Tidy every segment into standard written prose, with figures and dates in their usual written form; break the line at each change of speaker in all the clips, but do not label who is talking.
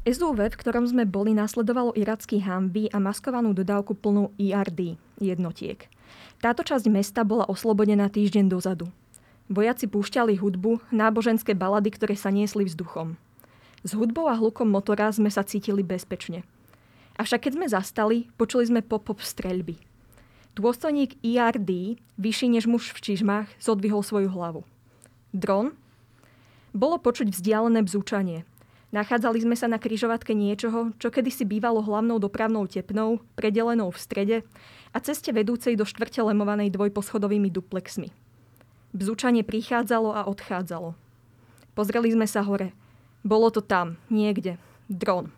SUV, v ktorom sme boli, nasledovalo iracký Humvee a maskovanú dodávku plnú ERD jednotiek. Táto časť mesta bola oslobodená týždeň dozadu. Vojaci púšťali hudbu, náboženské balady, ktoré sa niesli vzduchom. S hudbou a hlukom motora sme sa cítili bezpečne. Avšak keď sme zastali, počuli sme pop streľby. Dôstojník ERD, vyšší než muž v čižmách, zodvihol svoju hlavu. Dron? Bolo počuť vzdialené bzúčanie. Nachádzali sme sa na križovatke niečoho, čo kedysi bývalo hlavnou dopravnou tepnou, predelenou v strede a ceste vedúcej do štvrte lemovanej dvojposchodovými duplexmi. Bzúčanie prichádzalo a odchádzalo. Pozreli sme sa hore. Bolo to tam, niekde. Dron.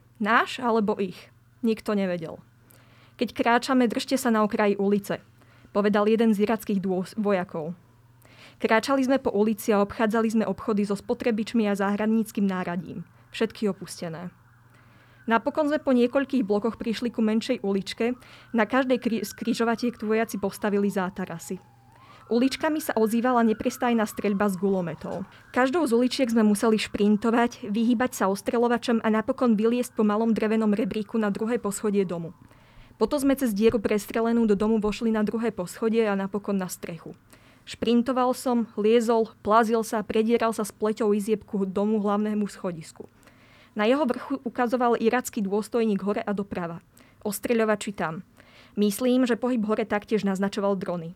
Náš alebo ich? Nikto nevedel. Keď kráčame, držte sa na okraji ulice, povedal jeden z irackých vojakov. Kráčali sme po ulici a obchádzali sme obchody so spotrebičmi a záhradníckym náradím. Všetky opustené. Napokon sme po niekoľkých blokoch prišli ku menšej uličke. Na každej z križovatiek vojaci postavili zátarasy. Uličkami sa ozývala neprestajná streľba z gulometov. Každou z uličiek sme museli šprintovať, vyhýbať sa ostreľovačom a napokon vyliesť po malom drevenom rebríku na druhé poschodie domu. Potom sme cez dieru prestrelenú do domu vošli na druhé poschodie a napokon na strechu. Šprintoval som, liezol, plazil sa, predieral sa s pleťou izieb ku domu hlavnému schodisku. Na jeho vrchu ukazoval iracký dôstojník hore a doprava. Ostreľovači tam. Myslím, že pohyb hore taktiež naznačoval drony.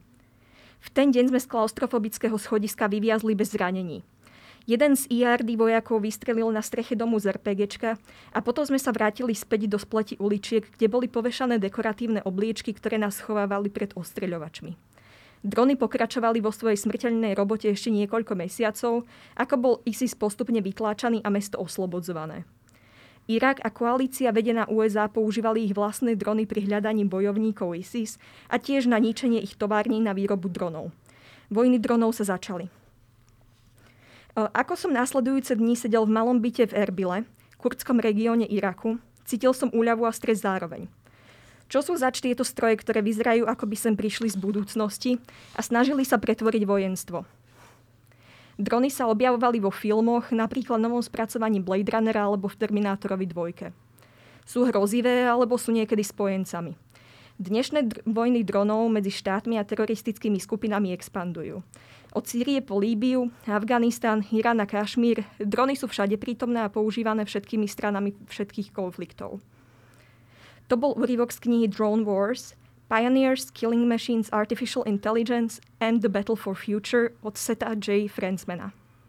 V ten deň sme z klaustrofobického schodiska vyviazli bez zranení. Jeden z ERD vojakov vystrelil na streche domu z RPGčka a potom sme sa vrátili späť do spleti uličiek, kde boli povešané dekoratívne obliečky, ktoré nás schovávali pred ostreľovačmi. Drony pokračovali vo svojej smrteľnej robote ešte niekoľko mesiacov, ako bol ISIS postupne vytláčaný a mesto oslobodzované. Irak a koalícia vedená USA používali ich vlastné drony pri hľadaní bojovníkov ISIS a tiež na ničenie ich tovární na výrobu dronov. Vojny dronov sa začali. Ako som následujúce dní sedel v malom byte v Erbile, kurdskom regióne Iraku, cítil som úľavu a stres zároveň. Čo sú zač tieto stroje, ktoré vyzerajú, ako by sem prišli z budúcnosti a snažili sa pretvoriť vojenstvo? Drony sa objavovali vo filmoch, napríklad v novom spracovaní Blade Runnera alebo v Terminátorovi 2. Sú hrozivé alebo sú niekedy spojencami. Dnešné vojny dronov medzi štátmi a teroristickými skupinami expandujú. Od Sýrie po Líbiu, Afganistán, Irán a Kašmír, drony sú všade prítomné a používané všetkými stranami všetkých konfliktov. To bol úryvok z knihy Drone Wars, Pioneers, Killing Machines, Artificial Intelligence and the Battle for Future od Seta J. Franzmana.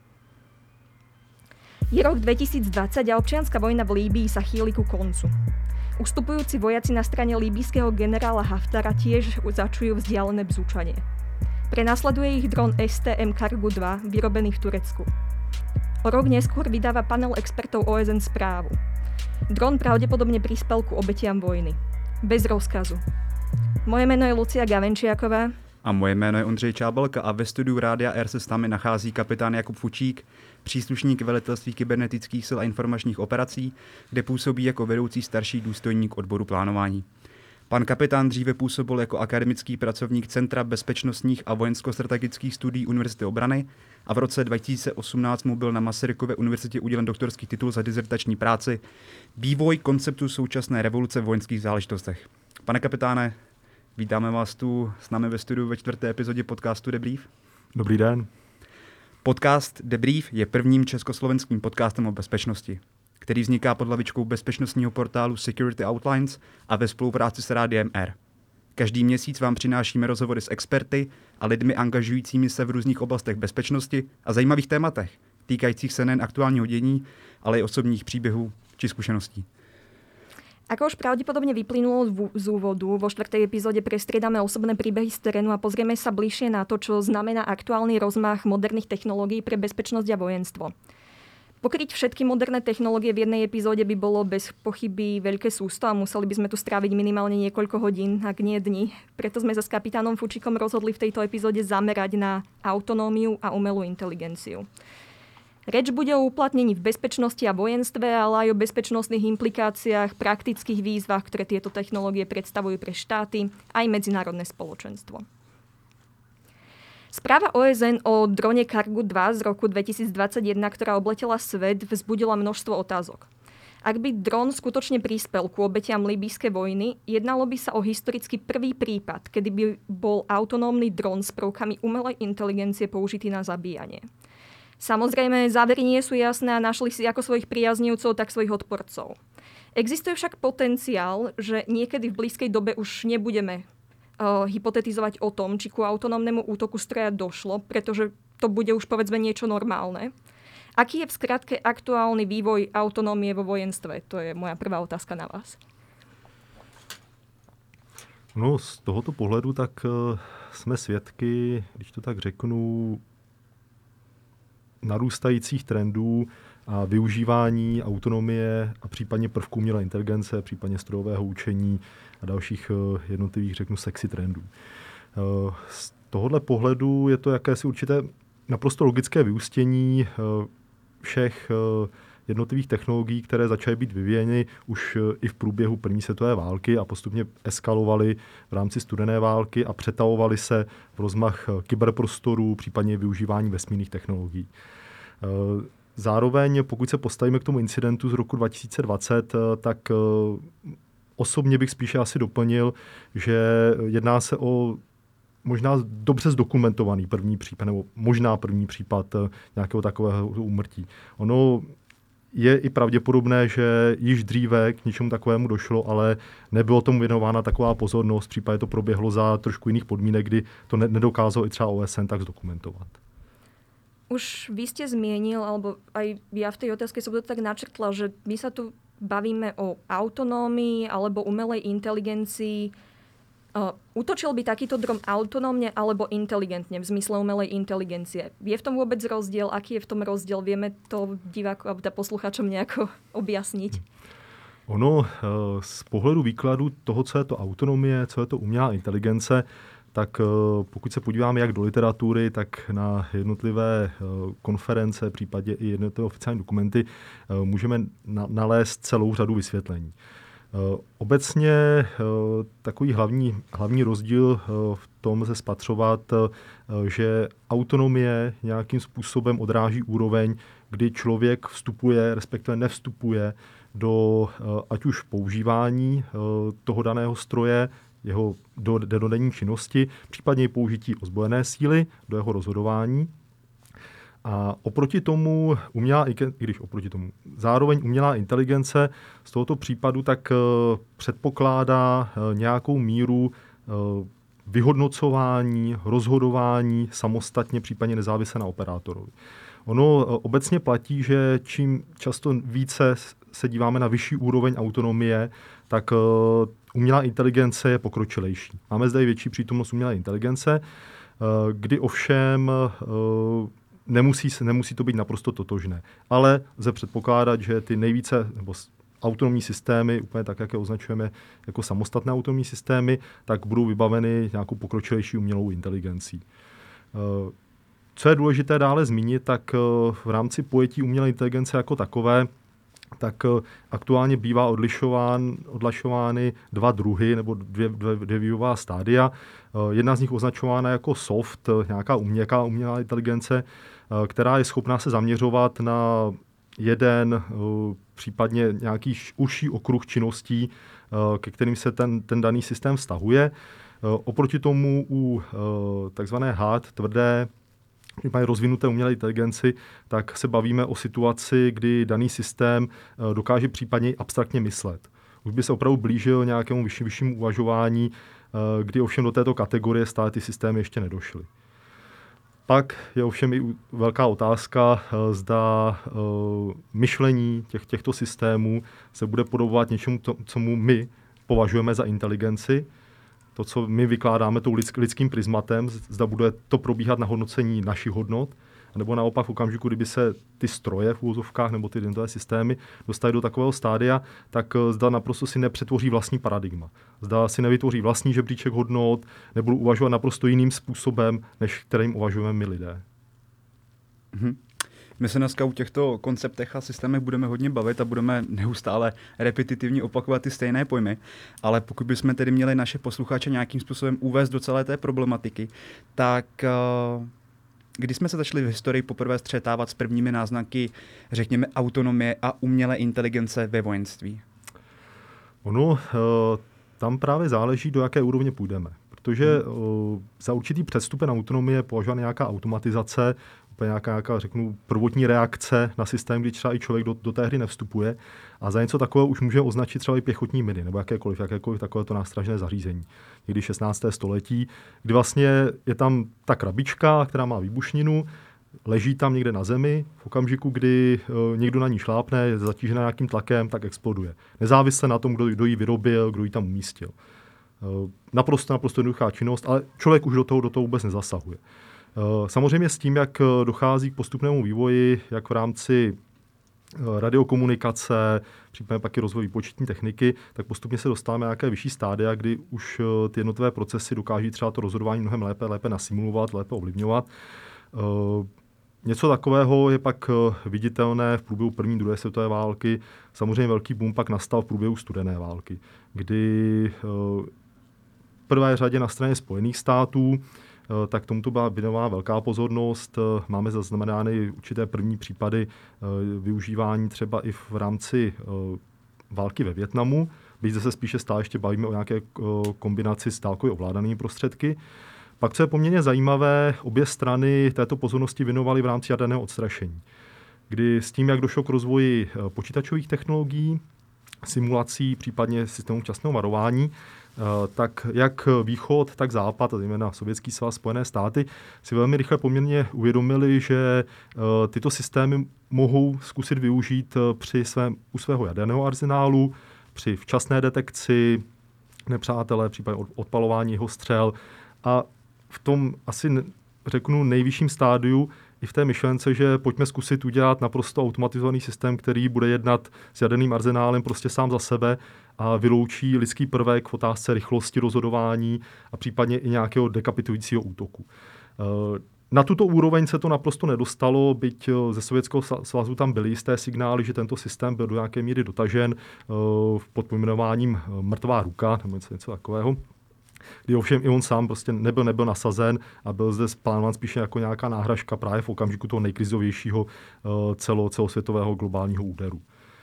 Je rok 2020 a občianska vojna v Líbii sa chýli ku koncu. Ustupujúci vojaci na strane líbyjského generála Haftara tiež začujú vzdialené bzúčanie. Prenasleduje ich dron STM Cargo 2, vyrobený v Turecku. O rok neskôr vydáva panel expertov OSN správu. Dron pravdepodobne prispel ku obetiam vojny. Bez rozkazu. Moje jméno je Lucia Gavenčiaková.
A moje jméno je Ondřej Čábelka a ve studiu Rádia R se s námi nachází kapitán Jakub Fučík, příslušník velitelství kybernetických sil a informačních operací, kde působí jako vedoucí starší důstojník odboru plánování. Pan kapitán dříve působil jako akademický pracovník Centra bezpečnostních a vojensko-strategických studií Univerzity obrany a v roce 2018 mu byl na Masarykově univerzitě udělen doktorský titul za dizertační práci Vývoj konceptu současné revoluce v vojenských záležitostech. Pane kapitáne, vítáme vás tu s námi ve studiu ve 4. epizodě podcastu Debrief.
Dobrý den.
Podcast Debrief je prvním československým podcastem o bezpečnosti, který vzniká pod hlavičkou bezpečnostního portálu Security Outlines a ve spolupráci s Rádiem R. Každý měsíc vám přinášíme rozhovory s experty a lidmi angažujícími se v různých oblastech bezpečnosti a zajímavých tématech, týkajících se nejen aktuálního dění, ale i osobních příběhů či zkušeností.
Ako už pravdepodobne vyplynulo z úvodu, vo 4. epizóde prestriedame osobné príbehy z terénu a pozrieme sa bližšie na to, čo znamená aktuálny rozmach moderných technológií pre bezpečnosť a vojenstvo. Pokryť všetky moderné technológie v jednej epizóde by bolo bez pochyby veľké sústo a museli by sme tu stráviť minimálne niekoľko hodín, ak nie dní. Preto sme sa s kapitánom Fučikom rozhodli v tejto epizóde zamerať na autonómiu a umelú inteligenciu. Reč bude o uplatnení v bezpečnosti a vojenstve, ale aj o bezpečnostných implikáciách, praktických výzvach, ktoré tieto technológie predstavujú pre štáty aj medzinárodné spoločenstvo. Správa OSN o drone Cargo 2 z roku 2021, ktorá obletela svet, vzbudila množstvo otázok. Ak by dron skutočne prispel ku obetiam líbyjskej vojny, jednalo by sa o historicky prvý prípad, kedy by bol autonómny dron s prvkami umelej inteligencie použitý na zabíjanie. Samozrejme, závery nie sú jasné a našli si ako svojich priaznivcov, tak svojich odporcov. Existuje však potenciál, že niekedy v blízkej dobe už nebudeme hypotetizovať o tom, či ku autonómnemu útoku stroja došlo, pretože to bude už povedzme niečo normálne. Aký je v skratke aktuálny vývoj autonómie vo vojenstve? To je moja prvá otázka na vás.
No, z tohoto pohledu tak jsme svědky, když to tak řeknu, narůstajících trendů a využívání autonomie a případně prvků umělé inteligence, případně strojového učení a dalších jednotlivých, řeknu, sexy trendů. Z tohohle pohledu je to jakési určité naprosto logické vyústění všech jednotlivých technologií, které začaly být vyvíjeny už i v průběhu první světové války a postupně eskalovaly v rámci studené války a přetahovaly se v rozmach kyberprostoru, případně využívání vesmírných technologií. Zároveň, pokud se postavíme k tomu incidentu z roku 2020, tak osobně bych spíše asi doplnil, že jedná se o možná dobře zdokumentovaný první případ, nebo možná první případ nějakého takového úmrtí. Ono je i pravděpodobné, že již dříve k něčemu takovému došlo, ale nebylo tomu věnována taková pozornost, případně to proběhlo za trošku jiných podmínek, kdy to nedokázalo i třeba OSN tak zdokumentovat.
Už vy ste zmienil, alebo aj ja v tej otázke som to tak načrtla, že my sa tu bavíme o autonómii alebo umelej inteligencii. Útočil by takýto dron autonómne alebo inteligentne v zmysle umelej inteligencie? Je v tom vôbec rozdiel? Aký je v tom rozdiel? Vieme to divákom alebo posluchačom nejako objasniť?
Ono z pohledu výkladu toho, co je to autonomie, co je to umělá inteligence, tak pokud se podíváme jak do literatury, tak na jednotlivé konference, případně i jednotlivé oficiální dokumenty, můžeme nalézt celou řadu vysvětlení. Obecně takový hlavní rozdíl v tom lze spatřovat, že autonomie nějakým způsobem odráží úroveň, kdy člověk vstupuje, respektive nevstupuje do ať už používání toho daného stroje, jeho denodenní činnosti, případně i použití ozbrojené síly do jeho rozhodování. A zároveň umělá inteligence z tohoto případu tak předpokládá nějakou míru vyhodnocování, rozhodování samostatně, případně nezávisle na operátorovi. Ono obecně platí, že čím často více se díváme na vyšší úroveň autonomie, tak umělá inteligence je pokročilejší. Máme zde i větší přítomnost umělé inteligence, kdy ovšem nemusí to být naprosto totožné. Ale lze předpokládat, že ty nejvíce nebo autonomní systémy, úplně tak, jak je označujeme jako samostatné autonomní systémy, tak budou vybaveny nějakou pokročilejší umělou inteligencí. Co je důležité dále zmínit, tak v rámci pojetí umělé inteligence jako takové, tak aktuálně bývá odlišovány dva druhy nebo dvě vývojová stádia. Jedna z nich označována jako soft, nějaká umělá inteligence, která je schopná se zaměřovat na jeden, případně nějaký užší okruh činností, ke kterým se ten daný systém vztahuje. Oproti tomu u takzvané hard, tvrdé, rozvinuté umělé inteligenci, tak se bavíme o situaci, kdy daný systém dokáže případně abstraktně myslet. Už by se opravdu blížil nějakému vyššímu uvažování, kdy ovšem do této kategorie stále ty systémy ještě nedošly. Pak je ovšem i velká otázka, zda myšlení těchto systémů se bude podobovat něčemu, co my považujeme za inteligenci, to, co my vykládáme tou lidským prismatem, zda bude to probíhat na hodnocení našich hodnot, nebo naopak v okamžiku, kdyby se ty stroje v úvozovkách nebo ty jednotlivé systémy dostaly do takového stádia, tak zda naprosto si nepřetvoří vlastní paradigma. Zda si nevytvoří vlastní žebříček hodnot, nebudou uvažovat naprosto jiným způsobem, než kterým uvažujeme my lidé.
My se dneska u těchto konceptech a systémech budeme hodně bavit a budeme neustále repetitivně opakovat ty stejné pojmy, ale pokud bychom tedy měli naše posluchače nějakým způsobem uvést do celé té problematiky, tak kdy jsme se začali v historii poprvé střetávat s prvními náznaky, řekněme, autonomie a umělé inteligence ve vojenství?
Ono tam právě záleží, do jaké úrovně půjdeme. Protože za určitý předstupen autonomie je považována nějaká automatizace, úplně nějaká, řeknu, prvotní reakce na systém, kdy třeba i člověk do té hry nevstupuje. A za něco takového už může označit třeba i pěchotní miny, nebo jakékoliv takovéto nástražné zařízení. Někdy 16. století, kdy vlastně je tam ta krabička, která má výbušninu, leží tam někde na zemi, v okamžiku, kdy někdo na ní šlápne, je zatížena nějakým tlakem, tak exploduje. Nezávisle na tom, kdo ji vyrobil, kdo ji tam umístil. Naprosto jednoduchá činnost, ale člověk už do toho vůbec nezasahuje. Samozřejmě s tím, jak dochází k postupnému vývoji, jak v rámci radiokomunikace, případně pak i rozvoj výpočetní techniky, tak postupně se dostáváme na nějaké vyšší stádia, kdy už ty jednotlivé procesy dokáží třeba to rozhodování mnohem lépe nasimulovat, lépe ovlivňovat. Něco takového je pak viditelné v průběhu první, druhé světové války. Samozřejmě velký boom pak nastal v průběhu studené války, kdy v prvé řadě na straně Spojených států tak tomuto byla věnována velká pozornost. Máme zaznamenány určité první případy využívání třeba i v rámci války ve Vietnamu, byť zde se spíše stále ještě bavíme o nějaké kombinaci s dálkově ovládanými prostředky. Pak, co je poměrně zajímavé, obě strany této pozornosti věnovaly v rámci jaderného odstrašení, kdy s tím, jak došlo k rozvoji počítačových technologií, simulací, případně systémů včasného varování, tak jak východ, tak západ, a zejména Sovětský svaz, Spojené státy, si velmi rychle poměrně uvědomili, že tyto systémy mohou zkusit využít u svého jaderného arzenálu, při včasné detekci nepřátele, případně odpalování jeho střel. A v tom asi, řeknu, nejvyšším stádiu i v té myšlence, že pojďme zkusit udělat naprosto automatizovaný systém, který bude jednat s jaderným arzenálem prostě sám za sebe a vyloučí lidský prvek v otázce rychlosti rozhodování a případně i nějakého dekapitujícího útoku. Na tuto úroveň se to naprosto nedostalo, byť ze Sovětského svazu tam byly jisté signály, že tento systém byl do nějaké míry dotažen pod pojmenováním mrtvá ruka nebo něco takového, kdy ovšem i on sám prostě nebyl nasazen a byl zde plánován spíše jako nějaká náhražka právě v okamžiku toho nejkrizovějšího celosvětového globálního úderu.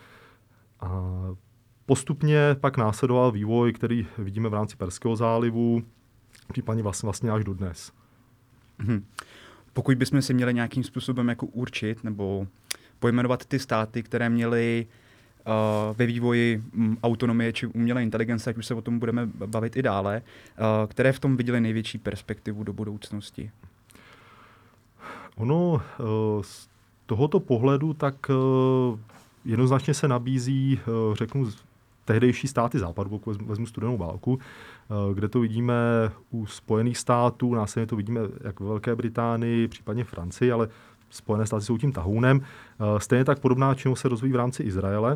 A postupně pak následoval vývoj, který vidíme v rámci Perského zálivu, případně vlastně až dodnes.
Pokud bychom si měli nějakým způsobem jako určit nebo pojmenovat ty státy, které měly ve vývoji autonomie či umělé inteligence, ať už se o tom budeme bavit i dále, které v tom viděly největší perspektivu do budoucnosti?
Ono z tohoto pohledu tak jednoznačně se nabízí, řeknu, tehdejší státy západu, pokud vezmu studenou válku, kde to vidíme u Spojených států, následně to vidíme jak ve Velké Británii, případně Francii, ale Spojené státy jsou tím tahounem. Stejně tak podobná činnost se rozvíjí v rámci Izraele.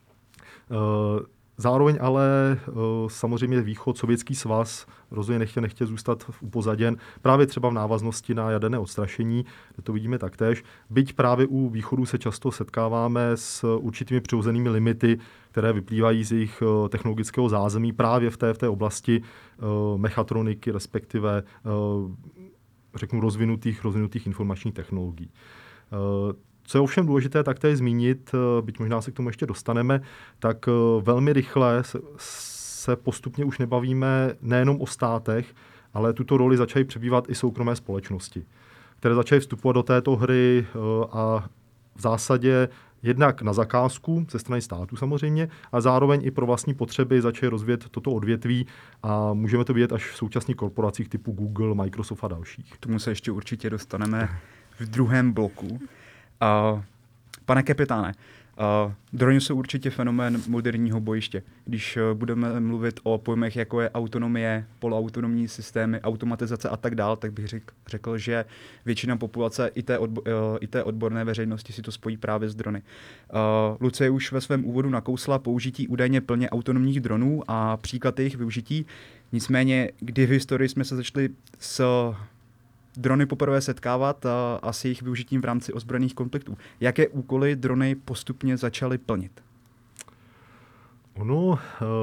Zároveň ale samozřejmě východ, Sovětský svaz rozhodně nechtěl zůstat upozaděn právě třeba v návaznosti na jaderné odstrašení, kde to vidíme taktéž. Byť právě u východu se často setkáváme s určitými přirozenými limity, které vyplývají z jejich technologického zázemí právě v té oblasti mechatroniky, respektive řeknu rozvinutých informačních technologií. Co je ovšem důležité taktéž zmínit, byť možná se k tomu ještě dostaneme, tak velmi rychle se postupně už nebavíme nejenom o státech, ale tuto roli začaly přebývat i soukromé společnosti, které začaly vstupovat do této hry a v zásadě jednak na zakázku ze strany státu samozřejmě, a zároveň i pro vlastní potřeby začaly rozvíjet toto odvětví a můžeme to vidět až v současných korporacích typu Google, Microsoft a dalších.
K tomu se ještě určitě dostaneme v druhém bloku. Pane kapitáne, drony jsou určitě fenomén moderního bojiště. Když budeme mluvit o pojmech, jako je autonomie, poloautonomní systémy, automatizace a tak dál, tak bych řekl, že většina populace i té odborné veřejnosti si to spojí právě s drony. Lucie už ve svém úvodu nakousla použití údajně plně autonomních dronů a příklad jejich využití. Nicméně, kdy v historii jsme se začali s drony poprvé setkávat a s jejich využitím v rámci ozbrojených konfliktů. Jaké úkoly drony postupně začaly plnit?
Ono,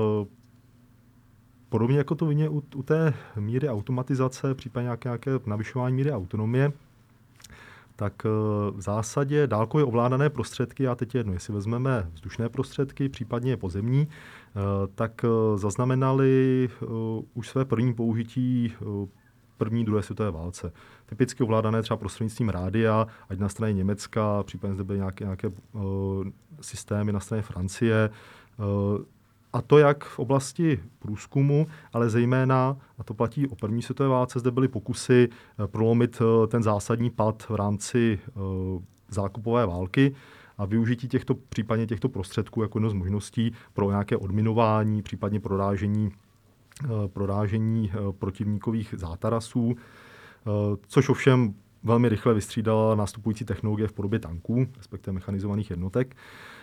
podobně jako to vidíme u té míry automatizace, případně nějaké navyšování míry autonomie, tak v zásadě dálkově ovládané prostředky, a teď jedno, jestli vezmeme vzdušné prostředky, případně pozemní, tak zaznamenali už své první použití první, druhé světové válce. Typicky ovládané třeba prostřednictvím rádia, ať na straně Německa, případně zde byly nějaké systémy na straně Francie. A to jak v oblasti průzkumu, ale zejména, a to platí o první světové válce, zde byly pokusy prolomit ten zásadní pad v rámci zákupové války a využití případně těchto prostředků jako jedno z možností pro nějaké odminování, případně prorážení protivníkových zátarasů, což ovšem velmi rychle vystřídala nastupující technologie v podobě tanků, respektive mechanizovaných jednotek.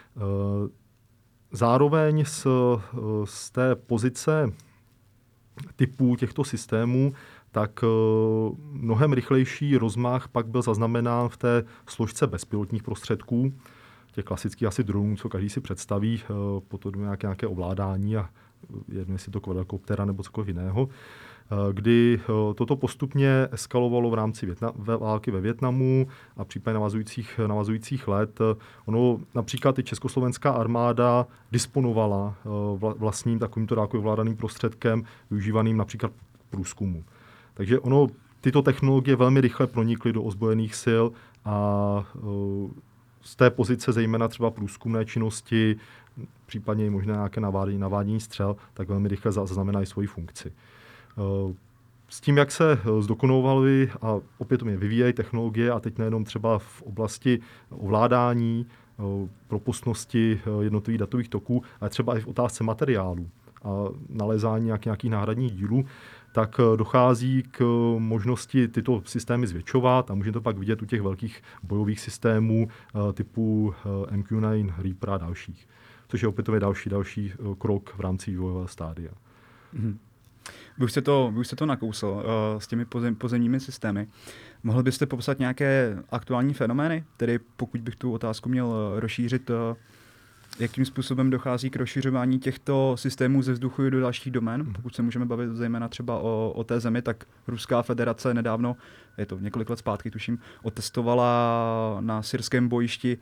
Zároveň z té pozice typů těchto systémů, tak mnohem rychlejší rozmach pak byl zaznamenán v té složce bezpilotních prostředků, těch klasických asi dronů, co každý si představí, potom nějaké ovládání a jedno jestli to kvadrokoptera nebo cokoliv jiného, kdy toto postupně eskalovalo v rámci války ve Vietnamu a případně navazujících let. Ono například i československá armáda disponovala vlastním takovýmto dálkově ovládaným prostředkem, využívaným například k průzkumu. Takže tyto technologie velmi rychle pronikly do ozbrojených sil a z té pozice zejména třeba průzkumné činnosti, případně i možná nějaké navádění střel, tak velmi rychle zaznamenají svoji funkci. S tím, jak se zdokonalovaly a opětovně vyvíjejí technologie, a teď nejenom třeba v oblasti ovládání, propustnosti jednotlivých datových toků, ale třeba i v otázce materiálů a nalezání nějakých náhradních dílů, tak dochází k možnosti tyto systémy zvětšovat a můžeme to pak vidět u těch velkých bojových systémů typu MQ-9, Reaper a dalších, což je opětovně další krok v rámci vývojového stádia.
Mm-hmm. Vy už jste to nakousl s těmi pozemními systémy. Mohl byste popsat nějaké aktuální fenomény? Tedy pokud bych tu otázku měl rozšířit, jakým způsobem dochází k rozšiřování těchto systémů ze vzduchu do dalších domén? Pokud se můžeme bavit zejména třeba o té zemi, tak Ruská federace nedávno, je to několik let zpátky, tuším, otestovala na syrském bojišti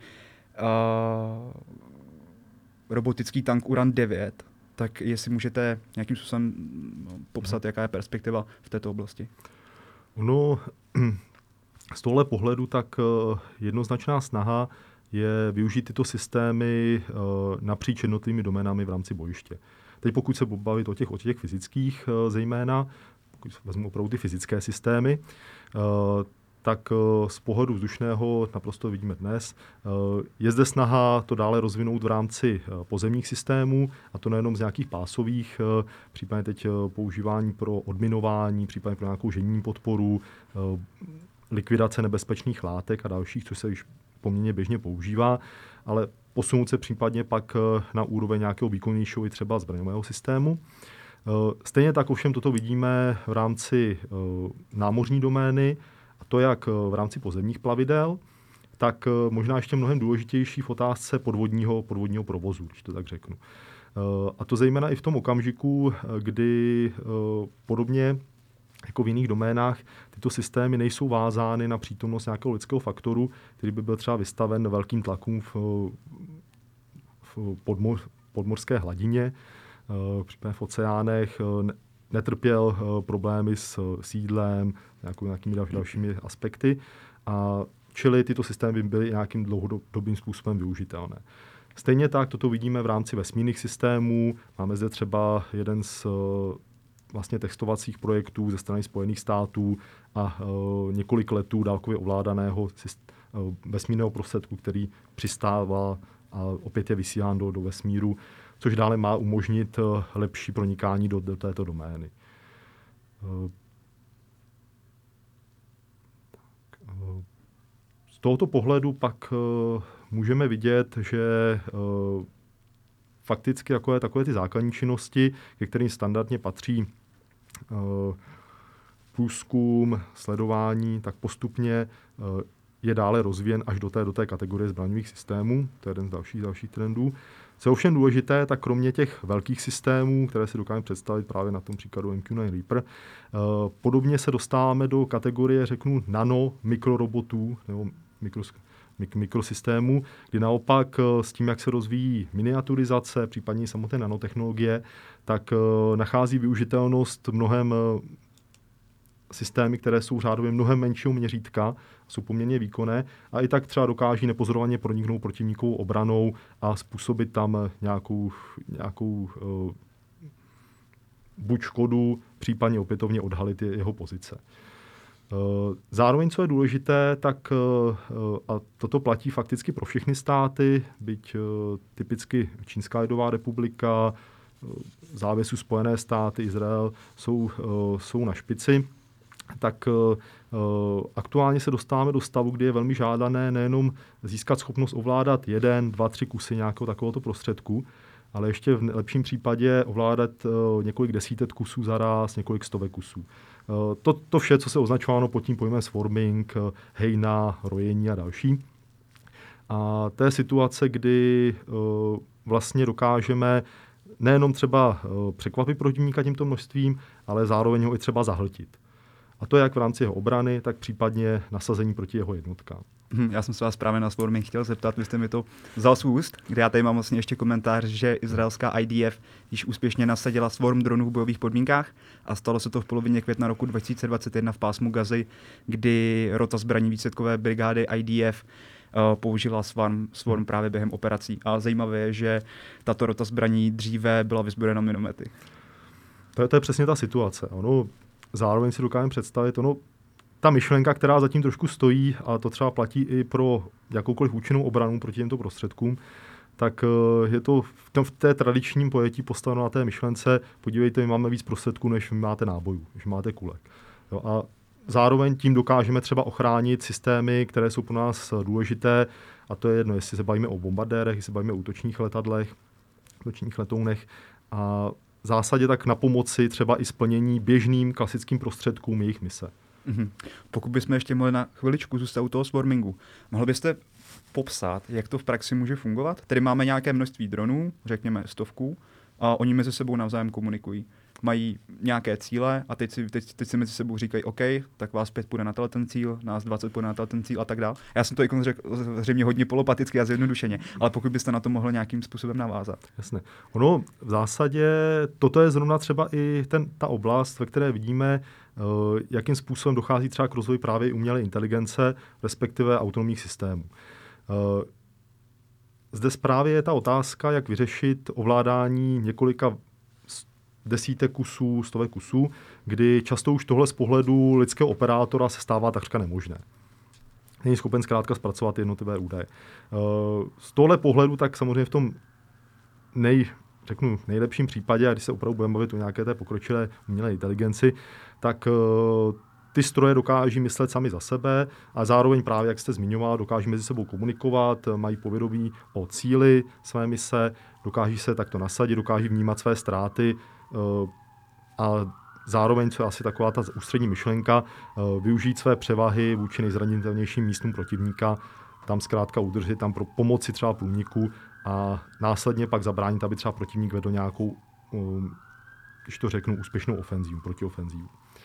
robotický tank Uran-9. Tak jestli můžete nějakým způsobem popsat, jaká je perspektiva v této oblasti?
Z tohle pohledu tak jednoznačná snaha je využít tyto systémy napříč jednotlivými doménami v rámci bojiště. Teď pokud se bavit o těch fyzických zejména, pokud vezmu opravdu ty fyzické systémy, tak z pohledu vzdušného naprosto vidíme dnes. Je zde snaha to dále rozvinout v rámci pozemních systémů, a to nejenom z nějakých pásových, případně teď používání pro odminování, případně pro nějakou ženní podporu, likvidace nebezpečných látek a dalších, což se již poměrně běžně používá, ale posunout se případně pak na úroveň nějakého výkonnějšího i třeba zbraňového systému. Stejně tak ovšem toto vidíme v rámci námořní domény, a to jak v rámci pozemních plavidel, tak možná ještě mnohem důležitější v otázce podvodního provozu, když to tak řeknu. A to zejména i v tom okamžiku, kdy podobně jako v jiných doménách tyto systémy nejsou vázány na přítomnost nějakého lidského faktoru, který by byl třeba vystaven velkým tlakům v podmořské hladině, případně v oceánech, netrpěl problémy s jídlem, nějakými dalšími aspekty, a čili tyto systémy by byly nějakým dlouhodobým způsobem využitelné. Stejně tak toto vidíme v rámci vesmírných systémů. Máme zde třeba jeden z vlastně testovacích projektů ze strany Spojených států a několik letů dálkově ovládaného vesmírného prostředku, který přistává a opět je vysílán do vesmíru, což dále má umožnit lepší pronikání do této domény. Z tohoto pohledu pak můžeme vidět, že fakticky takové ty základní činnosti, ke kterým standardně patří průzkum, sledování, tak postupně je dále rozvíjen až do té kategorie zbraňových systémů. To je jeden z dalších trendů. Co je ovšem důležité, tak kromě těch velkých systémů, které si dokážeme představit právě na tom příkladu MQ-9 Reaper, podobně se dostáváme do kategorie, řeknu, mikrorobotů nebo mikrosystémů, kdy naopak s tím, jak se rozvíjí miniaturizace, případně samotné nanotechnologie, tak nachází využitelnost mnohem systémy, které jsou řádově mnohem menšího měřítka, jsou poměrně výkonné a i tak třeba dokáží nepozorovaně proniknout protivníkovou obranou a způsobit tam nějakou buď škodu, případně opětovně odhalit jeho pozice. Zároveň, co je důležité, tak a toto platí fakticky pro všechny státy, byť typicky Čínská lidová republika, v závěsu Spojené státy, Izrael jsou na špici, tak aktuálně se dostáváme do stavu, kdy je velmi žádané nejenom získat schopnost ovládat 1, 2, 3 kusy nějakého takovéhoto prostředku, ale ještě v lepším případě ovládat několik desítek kusů za ráz, několik stovek kusů. To vše, co se označováno pod tím pojmem swarming, hejna, rojení a další. A to je situace, kdy vlastně dokážeme nejenom třeba překvapit protivníka tímto množstvím, ale zároveň ho i třeba zahltit. A to jak v rámci jeho obrany, tak případně nasazení proti jeho jednotkám.
Já jsem se vás právě na swarming chtěl zeptat, vy jste mi to vzal z úst, kde já tady mám vlastně ještě komentář, že izraelská IDF již úspěšně nasadila swarm dronů v bojových podmínkách a stalo se to v polovině května roku 2021 v pásmu Gazy, kdy rota zbraní výsadkové brigády IDF použila swarm právě během operací. A zajímavé je, že tato rota zbraní dříve byla vyzbrojena minomety.
To je přesně ta situace. Zároveň si dokážeme představit, ta myšlenka, která zatím trošku stojí, a to třeba platí i pro jakoukoliv účinnou obranu proti těmto prostředkům, tak je to v té tradičním pojetí postaveno na té myšlence, podívejte, my máme víc prostředků, než máte nábojů, než máte kulek. A zároveň tím dokážeme třeba ochránit systémy, které jsou pro nás důležité, a to je jedno, jestli se bavíme o bombardérech, jestli se bavíme o útočných letadlech, útočných letounech, a v zásadě tak na pomoci třeba i splnění běžným klasickým prostředkům jejich mise.
Pokud bychom ještě mohli na chviličku zůstat u toho swarmingu, mohl byste popsat, jak to v praxi může fungovat? Tedy máme nějaké množství dronů, řekněme 100, a oni mezi sebou navzájem komunikují. Mají nějaké cíle a teď si mezi sebou říkají, OK, tak vás 5 půjde na ten cíl, nás 20 půjde na ten cíl a tak dále. Já jsem to řekl zřejmě hodně polopaticky a zjednodušeně, ale pokud byste na to mohl nějakým způsobem navázat.
Jasně. V zásadě toto je zrovna třeba i ta oblast, ve které vidíme, jakým způsobem dochází třeba k rozvoji právě umělé inteligence, respektive autonomních systémů. Zde právě je ta otázka, jak vyřešit ovládání několika desítek kusů, stovek kusů, kdy často už tohle z pohledu lidského operátora se stává takřka nemožné. Není schopen zkrátka zpracovat jednotlivé údaje. Z tohle pohledu tak samozřejmě v tom nejlepším případě, a když se opravdu budeme bavit o nějaké té pokročilé umělé inteligenci, tak ty stroje dokáží myslet sami za sebe a zároveň právě, jak jste zmiňoval, dokáží mezi sebou komunikovat, mají povědomí o cíli své mise, dokáží se takto nasadit, dokáží vnímat své ztráty a zároveň, co je asi taková ta ústřední myšlenka, využít své převahy vůči nejzranitelnějším místům protivníka, tam zkrátka udržet, tam pro pomoci třeba průniku a následně pak zabránit, aby třeba protivník vedl nějakou, když to řeknu, úspěšnou ofenzívu, protiofenzívu.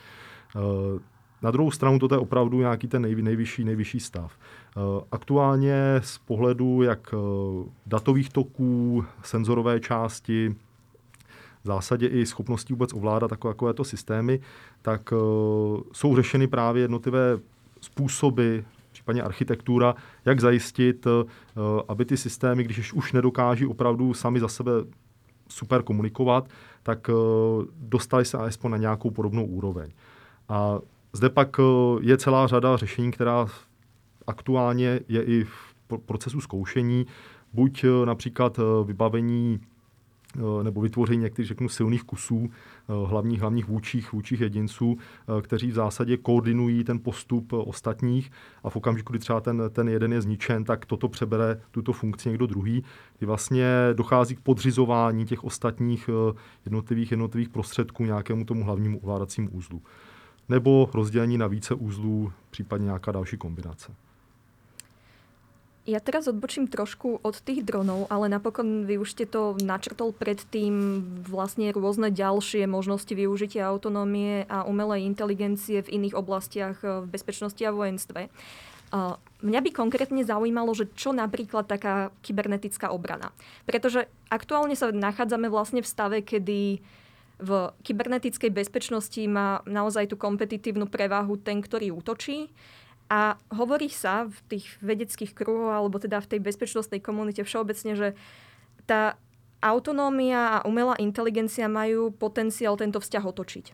Na druhou stranu toto je opravdu nějaký ten nejvyšší stav. Aktuálně z pohledu jak datových toků, senzorové části, v zásadě i schopností vůbec ovládat takovéto systémy, tak jsou řešeny právě jednotlivé způsoby, případně architektura, jak zajistit, aby ty systémy, když už nedokáží opravdu sami za sebe super komunikovat, tak dostali se alespoň na nějakou podobnou úroveň. A zde pak je celá řada řešení, která aktuálně je i v procesu zkoušení, buď například vybavení nebo vytvoření některých, silných kusů, hlavních vůdčích jedinců, kteří v zásadě koordinují ten postup ostatních a v okamžiku, kdy třeba ten jeden je zničen, tak toto přebere tuto funkci někdo druhý, kdy vlastně dochází k podřizování těch ostatních jednotlivých prostředků nějakému tomu hlavnímu ovládacímu uzlu. Nebo rozdělení na více uzlů, případně nějaká další kombinace.
Ja teraz odbočím trošku od tých dronov, ale napokon vy už ste to načrtol predtým vlastne rôzne ďalšie možnosti využitia autonómie a umelej inteligencie v iných oblastiach v bezpečnosti a vojenstve. Mňa by konkrétne zaujímalo, že čo napríklad taká kybernetická obrana. Pretože aktuálne sa nachádzame vlastne v stave, kedy v kybernetickej bezpečnosti má naozaj tú kompetitívnu prevahu ten, ktorý útočí. A hovorí sa v tých vedeckých kruhoch, alebo teda v tej bezpečnostnej komunite všeobecne, že tá autonómia a umelá inteligencia majú potenciál tento vzťah otočiť.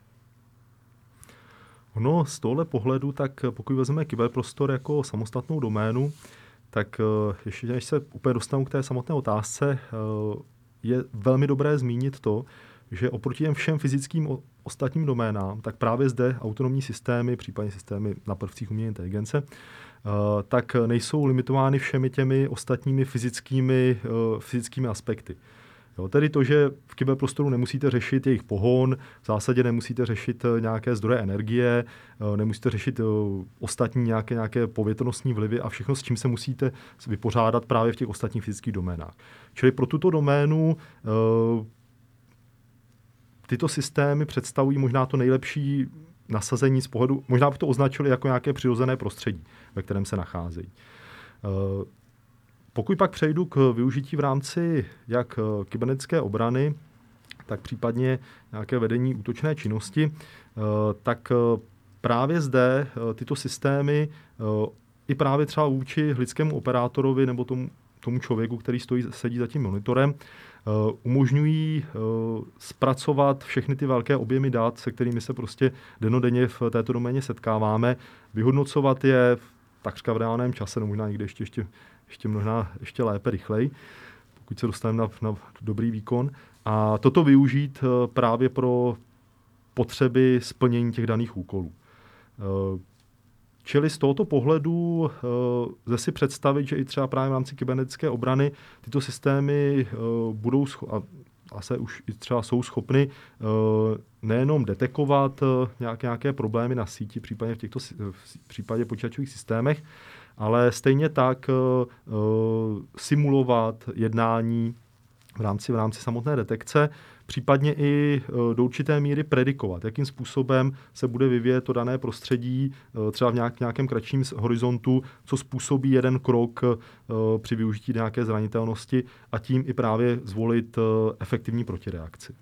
No, z tohle pohledu, tak pokud vezmeme kyberprostor jako samostatnou doménu, tak ještě než se úplně dostanu k té samotné otázce, je velmi dobré zmínit to, že oproti těm všem fyzickým ostatním doménám, tak právě zde autonomní systémy, případně systémy na prvcích umělé inteligence, tak nejsou limitovány všemi těmi ostatními fyzickými aspekty. Jo, tedy to, že v kyberprostoru nemusíte řešit jejich pohon, v zásadě nemusíte řešit nějaké zdroje energie, nemusíte řešit ostatní nějaké povětrnostní vlivy a všechno, s čím se musíte vypořádat právě v těch ostatních fyzických doménách. Čili pro tuto doménu tyto systémy představují možná to nejlepší nasazení z pohledu, možná by to označili jako nějaké přirozené prostředí, ve kterém se nacházejí. Pokud pak přejdu k využití v rámci jak kybernetické obrany, tak případně nějaké vedení útočné činnosti, tak právě zde tyto systémy i právě třeba vůči lidskému operátorovi nebo tomu člověku, který sedí za tím monitorem, umožňují zpracovat všechny ty velké objemy dat, se kterými se prostě dennodenně v této doméně setkáváme, vyhodnocovat je takřka v reálném čase, no možná někde ještě lépe, rychleji, pokud se dostaneme na dobrý výkon. A toto využít právě pro potřeby splnění těch daných úkolů. Čili z tohoto pohledu lze si představit, že i třeba právě v rámci kybernetické obrany tyto systémy budou a se už i třeba jsou schopny nejenom detekovat nějaké problémy na síti, případně v případě počítačových systémech, ale stejně tak simulovat jednání v rámci samotné detekce, případně i do určité míry predikovat, jakým způsobem se bude vyvíjet to dané prostředí, třeba v nějakém kratším horizontu, co způsobí jeden krok při využití nějaké zranitelnosti a tím i právě zvolit efektivní protireakci.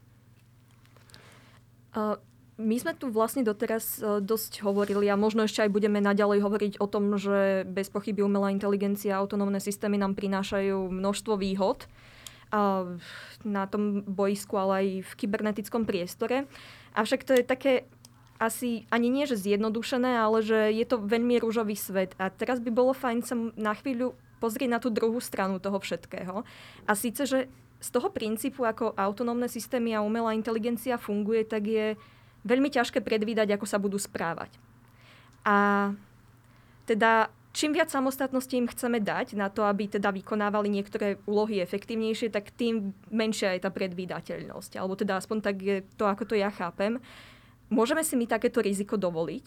My sme tu vlastne doteraz dosť hovorili a možno ešte aj budeme naďalej hovoriť o tom, že bez pochyby umelá inteligencia a autonómne systémy nám prinášajú množstvo výhod na tom bojisku, ale aj v kybernetickom priestore. Avšak to je také asi ani nie, že zjednodušené, ale že je to veľmi ružový svet. A teraz by bolo fajn sa na chvíľu pozrieť na tú druhú stranu toho všetkého. A síce, že z toho princípu, ako autonómne systémy a umelá inteligencia funguje, tak je veľmi ťažké predvídať, ako sa budú správať. A teda čím viac samostatnosti im chceme dať na to, aby teda vykonávali niektoré úlohy efektívnejšie, tak tým menšia je tá predvídateľnosť. Alebo teda aspoň tak je to, ako to ja chápem. Môžeme si my takéto riziko dovoliť?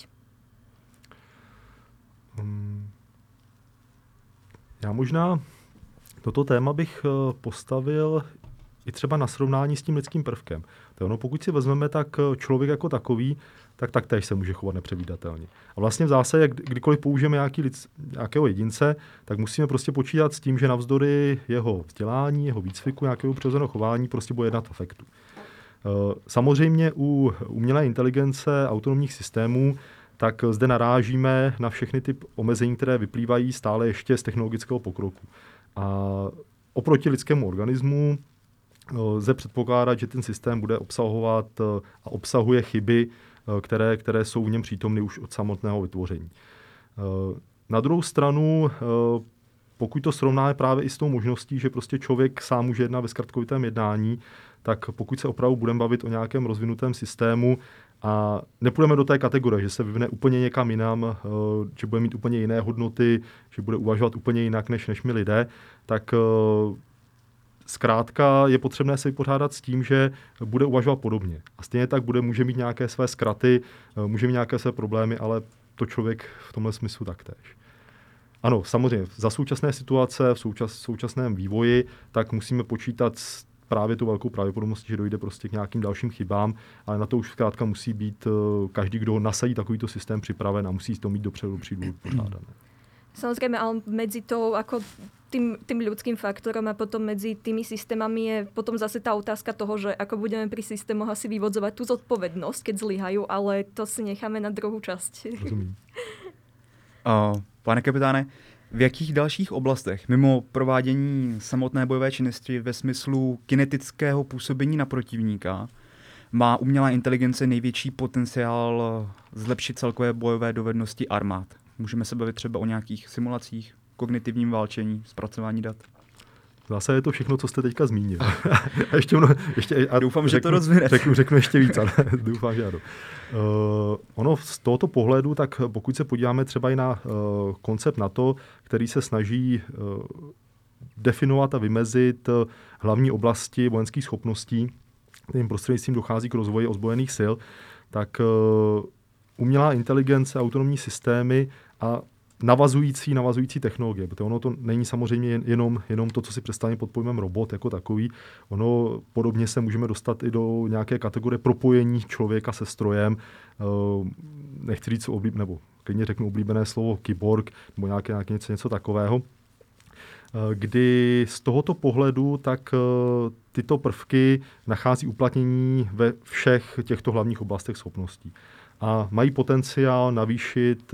Já možná toto téma bych postavil i třeba na srovnání s tím lidským prvkem. Pokud si vezmeme, tak člověk jako takový, tak taktéž se může chovat nepředvídatelně. A vlastně v zásadě, kdykoliv použijeme nějakého jedince, tak musíme prostě počítat s tím, že navzdory jeho vzdělání, jeho výcviku, nějakého přirozeného chování prostě bude jednat v afektu. Samozřejmě u umělé inteligence autonomních systémů tak zde narážíme na všechny ty omezení, které vyplývají stále ještě z technologického pokroku. A oproti lidskému organismu lze předpokládat, že ten systém bude obsahovat a obsahuje chyby, které jsou v něm přítomny už od samotného vytvoření. Na druhou stranu, pokud to srovnáme právě i s tou možností, že prostě člověk sám může jednat ve zkratkovitém jednání, tak pokud se opravdu budeme bavit o nějakém rozvinutém systému a nepůjdeme do té kategorie, že se vyvine úplně někam jinam, že bude mít úplně jiné hodnoty, že bude uvažovat úplně jinak než my lidé, tak zkrátka je potřebné se vypořádat s tím, že bude uvažovat podobně. A stejně tak může mít nějaké své zkraty, může mít nějaké své problémy, ale to člověk v tomhle smyslu taktéž. Ano, samozřejmě. Za současné situace, v současném vývoji, tak musíme počítat s právě tu velkou pravděpodobností, že dojde prostě k nějakým dalším chybám, ale na to už zkrátka musí být každý, kdo nasadí takovýto systém, připraven a musí to mít dopředu pořádané.
Samozrejme, ale medzi tou ako tým ľudským faktorom a potom medzi tými systémami je potom zase tá otázka toho, že ako budeme pri systémoch asi vyvodzovať tú zodpovednosť, keď zlyhajú, ale to si necháme na druhou časť.
Rozumím.
Pane kapitáne, v jakých dalších oblastech, mimo provádění samotné bojové činnosti ve smyslu kinetického působení na protivníka, má umělá inteligence největší potenciál zlepšit celkové bojové dovednosti armád? Můžeme se bavit třeba o nějakých simulacích, kognitivním válčení, zpracování dat?
Zase je to všechno, co jste teďka zmínil.
A doufám, že to rozvinete.
Řeknu ještě víc, ale doufám, že ano. Ono z tohoto pohledu, tak pokud se podíváme třeba i na koncept NATO, který se snaží definovat a vymezit hlavní oblasti vojenských schopností, kterým prostřednictvím dochází k rozvoji ozbrojených sil, tak umělá inteligence, autonomní systémy a navazující technologie, protože ono to není samozřejmě jenom to, co si představíme pod pojmem robot jako takový. Ono podobně se můžeme dostat i do nějaké kategorie propojení člověka se strojem. Nechci říct, nebo klidně řeknu oblíbené slovo kyborg, nebo nějaké něco takového. Kdy z tohoto pohledu tak tyto prvky nachází uplatnění ve všech těchto hlavních oblastech schopností. A mají potenciál navýšit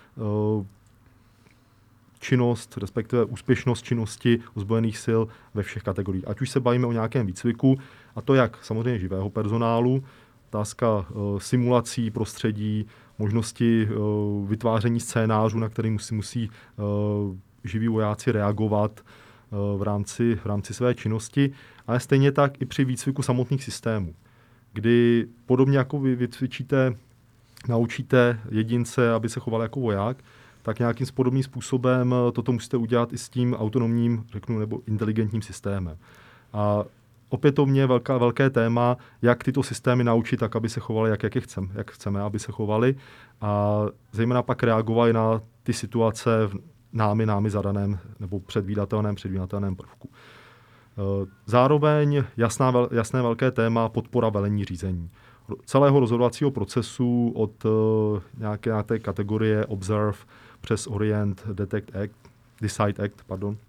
činnost, respektive úspěšnost činnosti ozbrojených sil ve všech kategoriích. Ať už se bavíme o nějakém výcviku, a to jak samozřejmě živého personálu, otázka simulací prostředí, možnosti vytváření scénářů, na který musí živí vojáci reagovat v rámci své činnosti, ale stejně tak i při výcviku samotných systémů, kdy podobně jako vy vycvičíte, naučíte jedince, aby se choval jako voják, tak nějakým podobným způsobem toto musíte udělat i s tím autonomním, nebo inteligentním systémem. A opětovně velké téma, jak tyto systémy naučit tak, aby se chovaly, jak chceme, aby se chovaly, a zejména pak reagovali na ty situace v námi zadaném nebo předvídatelném prvku. Zároveň jasné velké téma podpora velení řízení. Celého rozhodovacího procesu od nějaké kategorie Observe přes Orient, Decide Act,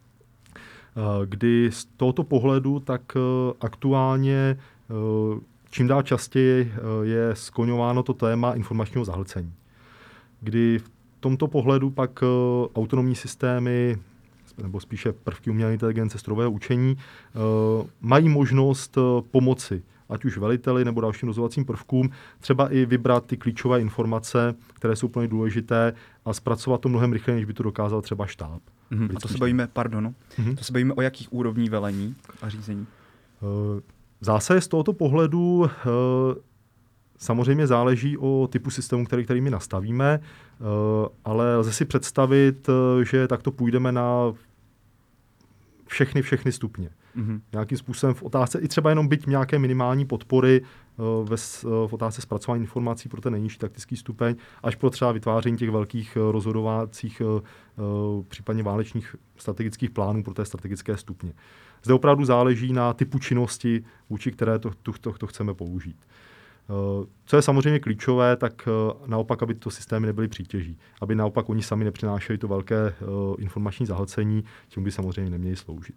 kdy z tohoto pohledu tak aktuálně čím dál častěji je skloňováno to téma informačního zahlcení, kdy v tomto pohledu pak autonomní systémy, nebo spíše prvky umělé inteligence, strojového učení, mají možnost pomoci ať už veliteli nebo dalším rozhodovacím prvkům, třeba i vybrat ty klíčové informace, které jsou úplně důležité, a zpracovat to mnohem rychleji, než by to dokázal třeba štáb.
A to se bavíme, to se bavíme o jakých úrovní velení a řízení?
Zase z tohoto pohledu samozřejmě záleží o typu systému, který my nastavíme, ale lze si představit, že takto půjdeme na všechny stupně. Nějakým způsobem v otázce i třeba jenom byť nějaké minimální podpory v otázce zpracování informací pro ten nejnižší taktický stupeň, až pro třeba vytváření těch velkých rozhodovacích, případně válečných strategických plánů pro té strategické stupně. Zde opravdu záleží na typu činnosti, vůči které to chceme použít. Co je samozřejmě klíčové, tak naopak, aby to systémy nebyly přítěží. Aby naopak oni sami nepřinášeli to velké informační zahlcení, tím by samozřejmě neměli sloužit.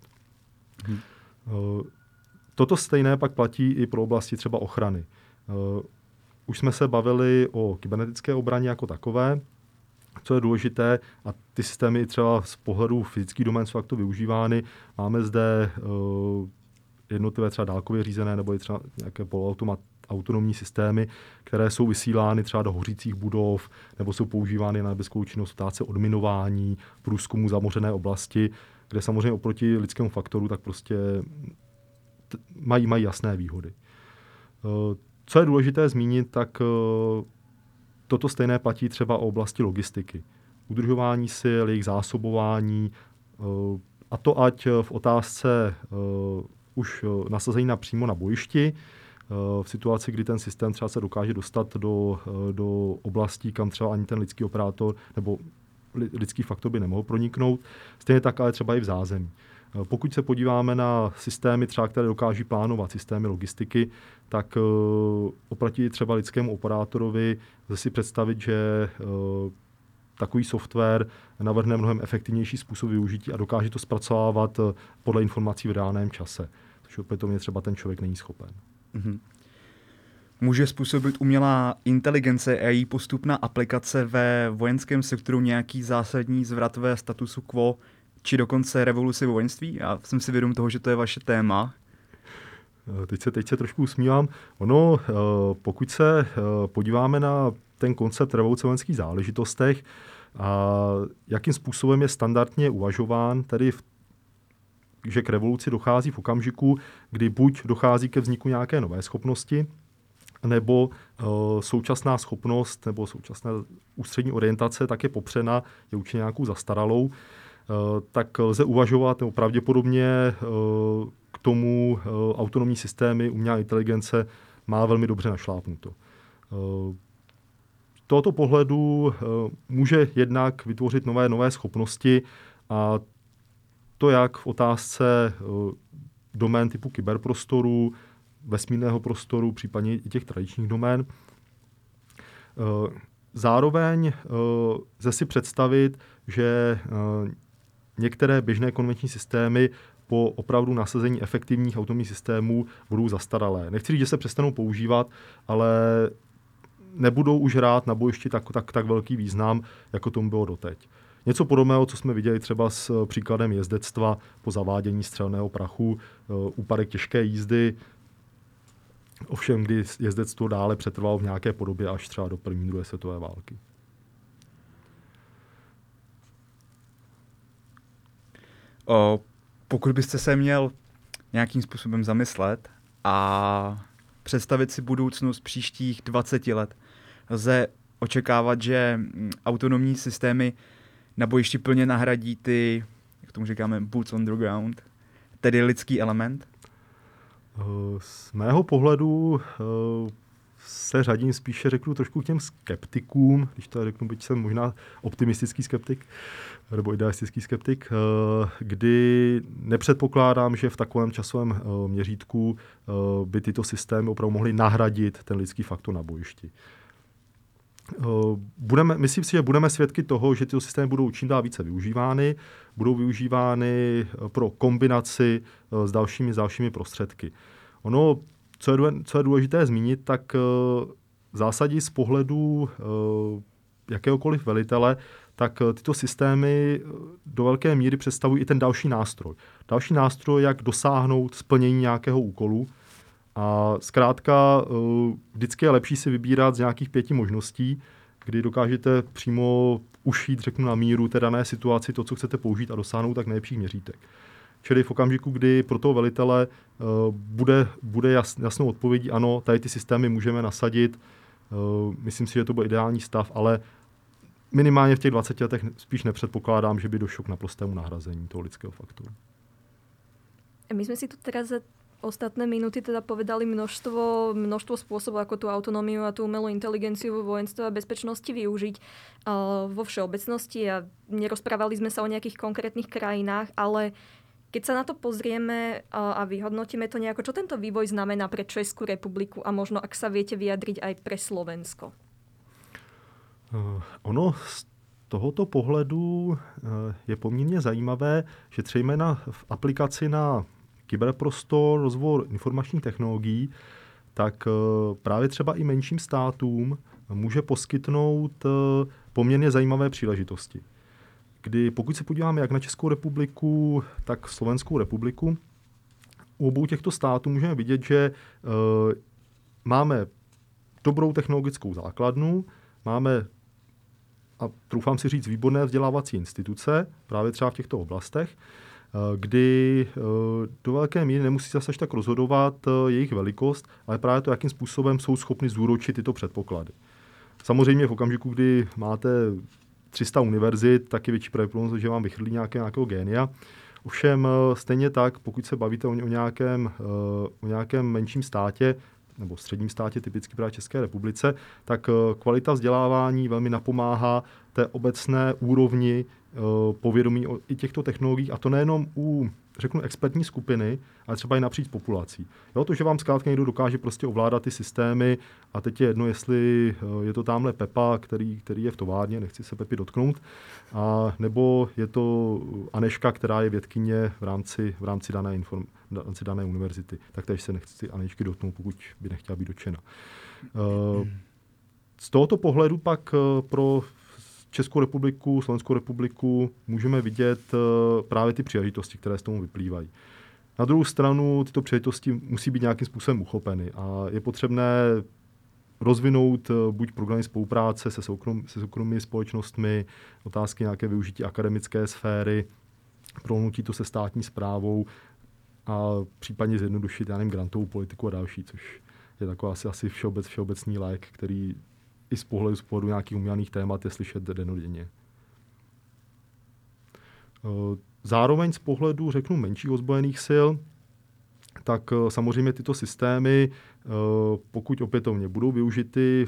Toto stejné pak platí i pro oblasti třeba ochrany. Už jsme se bavili o kybernetické obraně jako takové, co je důležité, a ty systémy třeba z pohledu fyzických domén jsou takto využívány. Máme zde jednotlivé třeba dálkově řízené nebo i třeba nějaké autonomní systémy, které jsou vysílány třeba do hořících budov nebo jsou používány na nebeskou činnost v otázce odminování, průzkumu zamořené oblasti, kde samozřejmě oproti lidskému faktoru tak prostě mají jasné výhody. Co je důležité zmínit, tak toto stejné platí třeba o oblasti logistiky. Udržování sil, jejich zásobování, a to ať v otázce už nasazení přímo na bojišti, v situaci, kdy ten systém třeba se dokáže dostat do oblastí, kam třeba ani ten lidský operátor nebo lidský faktor by nemohl proniknout. Stejně tak ale třeba i v zázemí. Pokud se podíváme na systémy, třeba, které dokáží plánovat, systémy logistiky, tak oproti třeba lidskému operátorovi lze si představit, že takový software navrhne mnohem efektivnější způsob využití a dokáže to zpracovávat podle informací v reálném čase, což opětovně třeba ten člověk není schopen.
Mm-hmm. Může způsobit umělá inteligence a její postupná aplikace ve vojenském sektoru nějaký zásadní zvrat ve statusu quo, či dokonce revoluci ve vojenství? Já jsem si vědom toho, že to je vaše téma.
Teď se trošku usmívám. Pokud se podíváme na ten koncept revoluce v vojenských záležitostech, a jakým způsobem je standardně uvažován, tedy že k revoluci dochází v okamžiku, kdy buď dochází ke vzniku nějaké nové schopnosti, nebo současná schopnost nebo současná ústřední orientace tak je popřena, je určitě nějakou zastaralou, tak lze uvažovat, nebo pravděpodobně k tomu autonomní systémy, umělá inteligence má velmi dobře našlápnuto. Z tohoto pohledu může jednak vytvořit nové schopnosti a to jak v otázce domén typu kyberprostoru, vesmírného prostoru, případně i těch tradičních domén. Zároveň lze si představit, že některé běžné konvenční systémy po opravdu nasazení efektivních autonomních systémů budou zastaralé. Nechci říct, že se přestanou používat, ale nebudou už hrát na bojišti tak velký význam, jako tomu bylo doteď. Něco podobného, co jsme viděli třeba s příkladem jezdectva po zavádění střelného prachu, úpadek těžké jízdy, ovšem kdy jezdectvo dále přetrvalo v nějaké podobě až třeba do první, druhé světové války.
Pokud byste se měl nějakým způsobem zamyslet a představit si budoucnost příštích 20 let, lze očekávat, že autonomní systémy na bojišti plně nahradí ty, jak tomu říkáme, boots on the ground, tedy lidský element?
Z mého pohledu se řadím spíše, řeknu, trošku k těm skeptikům, když to řeknu, byť jsem možná optimistický skeptik, nebo idealistický skeptik, kdy nepředpokládám, že v takovém časovém měřítku by tyto systémy opravdu mohly nahradit ten lidský faktor na bojišti. Myslím si, že budeme svědky toho, že tyto systémy budou čím dál více využívány, budou využívány pro kombinaci s dalšími prostředky. Co je důležité zmínit, tak v zásadě z pohledu jakéhokoliv velitele, tak tyto systémy do velké míry představují i ten další nástroj. Další nástroj, jak dosáhnout splnění nějakého úkolu. A zkrátka vždycky je lepší si vybírat z nějakých 5 možností, kdy dokážete přímo ušít, řeknu na míru té dané situaci to, co chcete použít a dosáhnout tak nejlepších měřítek. Čili v okamžiku, kdy pro toho velitele bude jasnou odpovědí, ano, tady ty systémy můžeme nasadit, myslím si, že to byl ideální stav, ale minimálně v těch 20 letech spíš nepředpokládám, že by došlo k naprostému nahrazení toho lidského faktoru.
My sme si tu teraz za ostatné minúty teda povedali množstvo spôsobov, ako tú autonómiu a tú umelú inteligenciu vo vojenstve a bezpečnosti využiť vo všeobecnosti a nerozprávali sme sa o nejakých konkrétnych krajinách, ale keď sa na to pozrieme a vyhodnotíme to nejako, čo tento vývoj znamená pre Českú republiku a možno, ak sa viete vyjadriť aj pre Slovensko?
Z tohoto pohledu je poměrně zajímavé, že třeba v aplikaci na kyberprostor, rozvoj informačních technologií, tak právě třeba i menším státům může poskytnout poměrně zajímavé příležitosti. Kdy pokud se podíváme jak na Českou republiku, tak Slovenskou republiku, u obou těchto států můžeme vidět, že máme dobrou technologickou základnu, máme, a troufám si říct, výborné vzdělávací instituce, právě třeba v těchto oblastech, kdy do velké míry nemusí zase tak rozhodovat jejich velikost, ale právě to, jakým způsobem jsou schopni zúročit tyto předpoklady. Samozřejmě v okamžiku, kdy máte 300 univerzit, tak je větší pravděpodobnost, že vám vychrlí nějakého génia. Ovšem stejně tak, pokud se bavíte o nějakém menším státě, nebo středním státě, typicky právě České republice, tak kvalita vzdělávání velmi napomáhá té obecné úrovni povědomí o i těchto technologiích, a to nejenom u, řeknu, expertní skupiny, ale třeba i napříč populací. Jo, to, že vám zkrátka někdo dokáže prostě ovládat ty systémy, a teď je jedno, jestli je to tamhle Pepa, který je v továrně, nechci se Pepy dotknout, a nebo je to Aneška, která je vědkyně v rámci dané univerzity. Tak teď se nechci Anešky dotknout, pokud by nechtěla být dotčena. Z tohoto pohledu pak pro Českou republiku, Slovenskou republiku můžeme vidět právě ty příležitosti, které z tomu vyplývají. Na druhou stranu tyto příležitosti musí být nějakým způsobem uchopeny a je potřebné rozvinout buď programy spolupráce se soukromými společnostmi, otázky nějaké využití akademické sféry, prolnutí to se státní správou a případně zjednodušit, grantovou politiku a další, což je takový asi všeobecný lék, který i z pohledu nějakých umělých témat je slyšet dennodenně. Zároveň z pohledu, řeknu, menších ozbrojených sil, tak samozřejmě tyto systémy, pokud opětovně budou využity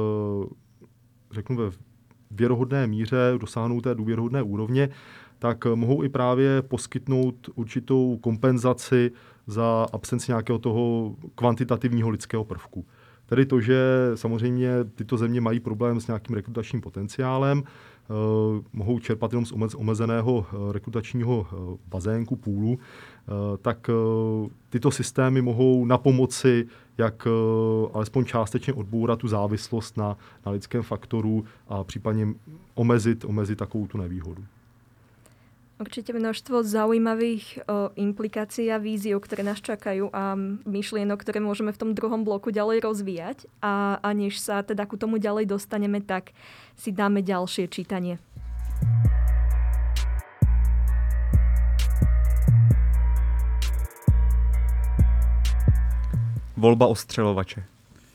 ve věrohodné míře, dosáhnou té důvěryhodné úrovně, tak mohou i právě poskytnout určitou kompenzaci za absenci nějakého toho kvantitativního lidského prvku. Tedy to, že samozřejmě tyto země mají problém s nějakým rekrutačním potenciálem, mohou čerpat jenom z omezeného rekrutačního bazénku, půlu, tak tyto systémy mohou napomoci, jak alespoň částečně odbourat tu závislost na lidském faktoru a případně omezit takovou tu nevýhodu.
Určite množstvo zaujímavých implikácií a vízií, ktoré nás čakajú a myšlienok, ktoré môžeme v tom druhom bloku ďalej rozvíjať. A než sa teda ku tomu ďalej dostaneme, tak si dáme ďalšie čítanie.
Volba ostřelovače.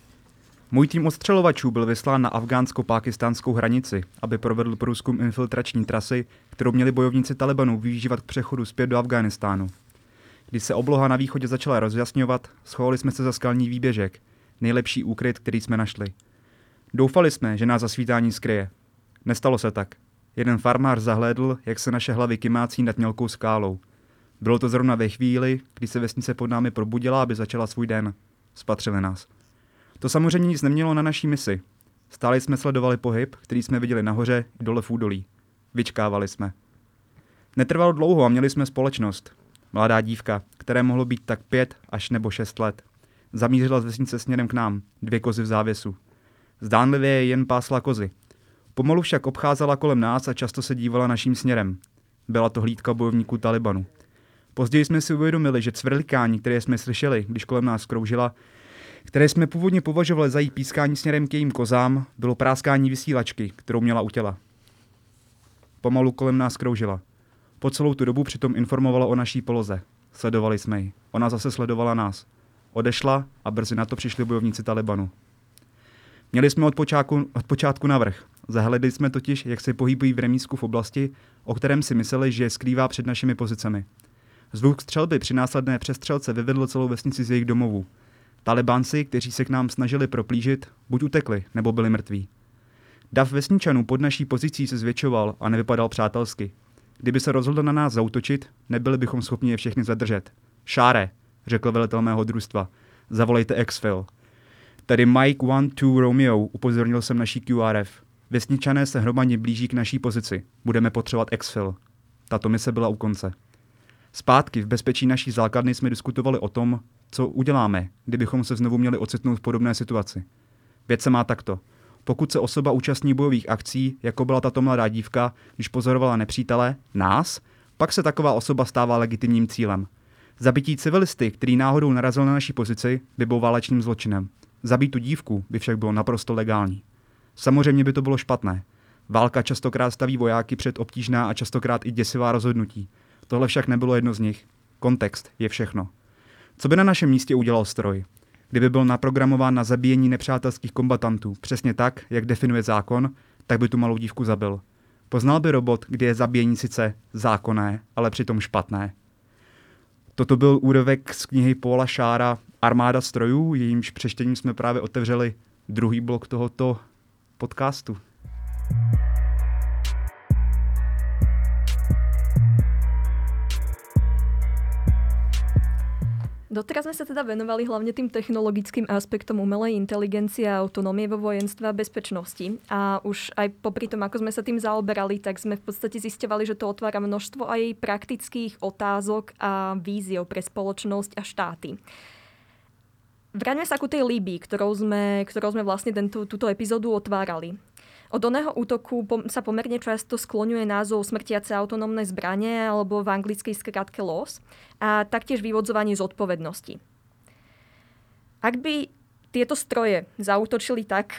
Můj tým ostřelovačů byl vyslán na afgánsko-pákistánskou hranici, aby provedl průzkum infiltrační trasy, kterou měli bojovníci Talibanu využívat k přechodu zpět do Afghánistánu. Když se obloha na východě začala rozjasňovat, schovali jsme se za skalní výběžek, nejlepší úkryt, který jsme našli. Doufali jsme, že nás zasvítání skryje. Nestalo se tak. Jeden farmář zahlédl, jak se naše hlavy kymácí nad mělkou skálou. Bylo to zrovna ve chvíli, kdy se vesnice pod námi probudila, aby začala svůj den. Spatřili nás. To samozřejmě nic nemělo na naší misi. Stále jsme sledovali pohyb, který jsme viděli nahoře i dole v údolí. Vyčkávali jsme. Netrvalo dlouho a měli jsme společnost. Mladá dívka, které mohlo být tak 5 až nebo 6 let. Zamířila z vesnice směrem k nám, 2 kozy v závěsu. Zdánlivě jen pásla kozy. Pomalu však obcházela kolem nás a často se dívala naším směrem. Byla to hlídka bojovníků Talibanu. Později jsme si uvědomili, že cvrlikání, které jsme slyšeli, když kolem nás kroužila, které jsme původně považovali za její pískání směrem k jejím kozám, bylo práskání vysílačky, kterou měla u těla. Pomalu kolem nás kroužila. Po celou tu dobu přitom informovala o naší poloze. Sledovali jsme ji. Ona zase sledovala nás. Odešla a brzy na to přišli bojovníci Talibanu. Měli jsme od počátku navrch. Zahledli jsme totiž, jak se pohybují v remízku v oblasti, o kterém si mysleli, že je skrývá před našimi pozicemi. Zvuk střelby při následné přestřelce vyvedl celou vesnici z jejich domovů. Talibánci, kteří se k nám snažili proplížit, buď utekli, nebo byli mrtví. Dav vesničanů pod naší pozicí se zvětšoval a nevypadal přátelsky. Kdyby se rozhodl na nás zaútočit, nebyli bychom schopni je všechny zadržet. Šáre, řekl velitel mého družstva, zavolejte exfil. Tedy Mike 1-2 Romeo, upozornil jsem naší QRF. Vesničané se hromadně blíží k naší pozici. Budeme potřebovat exfil. Tato mise byla u konce. Zpátky v bezpečí naší základny jsme diskutovali o tom, co uděláme, kdybychom se znovu měli ocitnout v podobné situaci. Věc se má takto. Pokud se osoba účastní bojových akcí, jako byla tato mladá dívka, když pozorovala nepřítele, nás, pak se taková osoba stává legitimním cílem. Zabití civilisty, který náhodou narazil na naší pozici, by byl válečným zločinem. Zabít tu dívku by však bylo naprosto legální. Samozřejmě by to bylo špatné. Válka častokrát staví vojáky před obtížná a častokrát i děsivá rozhodnutí. Tohle však nebylo jedno z nich. Kontext je všechno. Co by na našem místě udělal stroj? Kdyby byl naprogramován na zabíjení nepřátelských kombatantů přesně tak, jak definuje zákon, tak by tu malou dívku zabil. Poznal by robot, kdy je zabíjení sice zákonné, ale přitom špatné. Toto byl úryvek z knihy Paula Schara Armáda strojů, jejímž přečtením jsme právě otevřeli druhý blok tohoto podcastu.
Doteraz sme sa teda venovali hlavne tým technologickým aspektom umelej inteligencie a autonómie vo vojenstve a bezpečnosti. A už aj popri tom, ako sme sa tým zaoberali, tak sme v podstate zisťovali, že to otvára množstvo aj praktických otázok a víziev pre spoločnosť a štáty. Vráťme sa ku tej Líbii, ktorou sme vlastne túto epizódu otvárali. Od oného útoku sa pomerne často skloňuje názov smrtiace autonómne zbranie alebo v anglickej skratke LOS a taktiež vyvodzovanie zodpovednosti. Ak by tieto stroje zaútočili tak,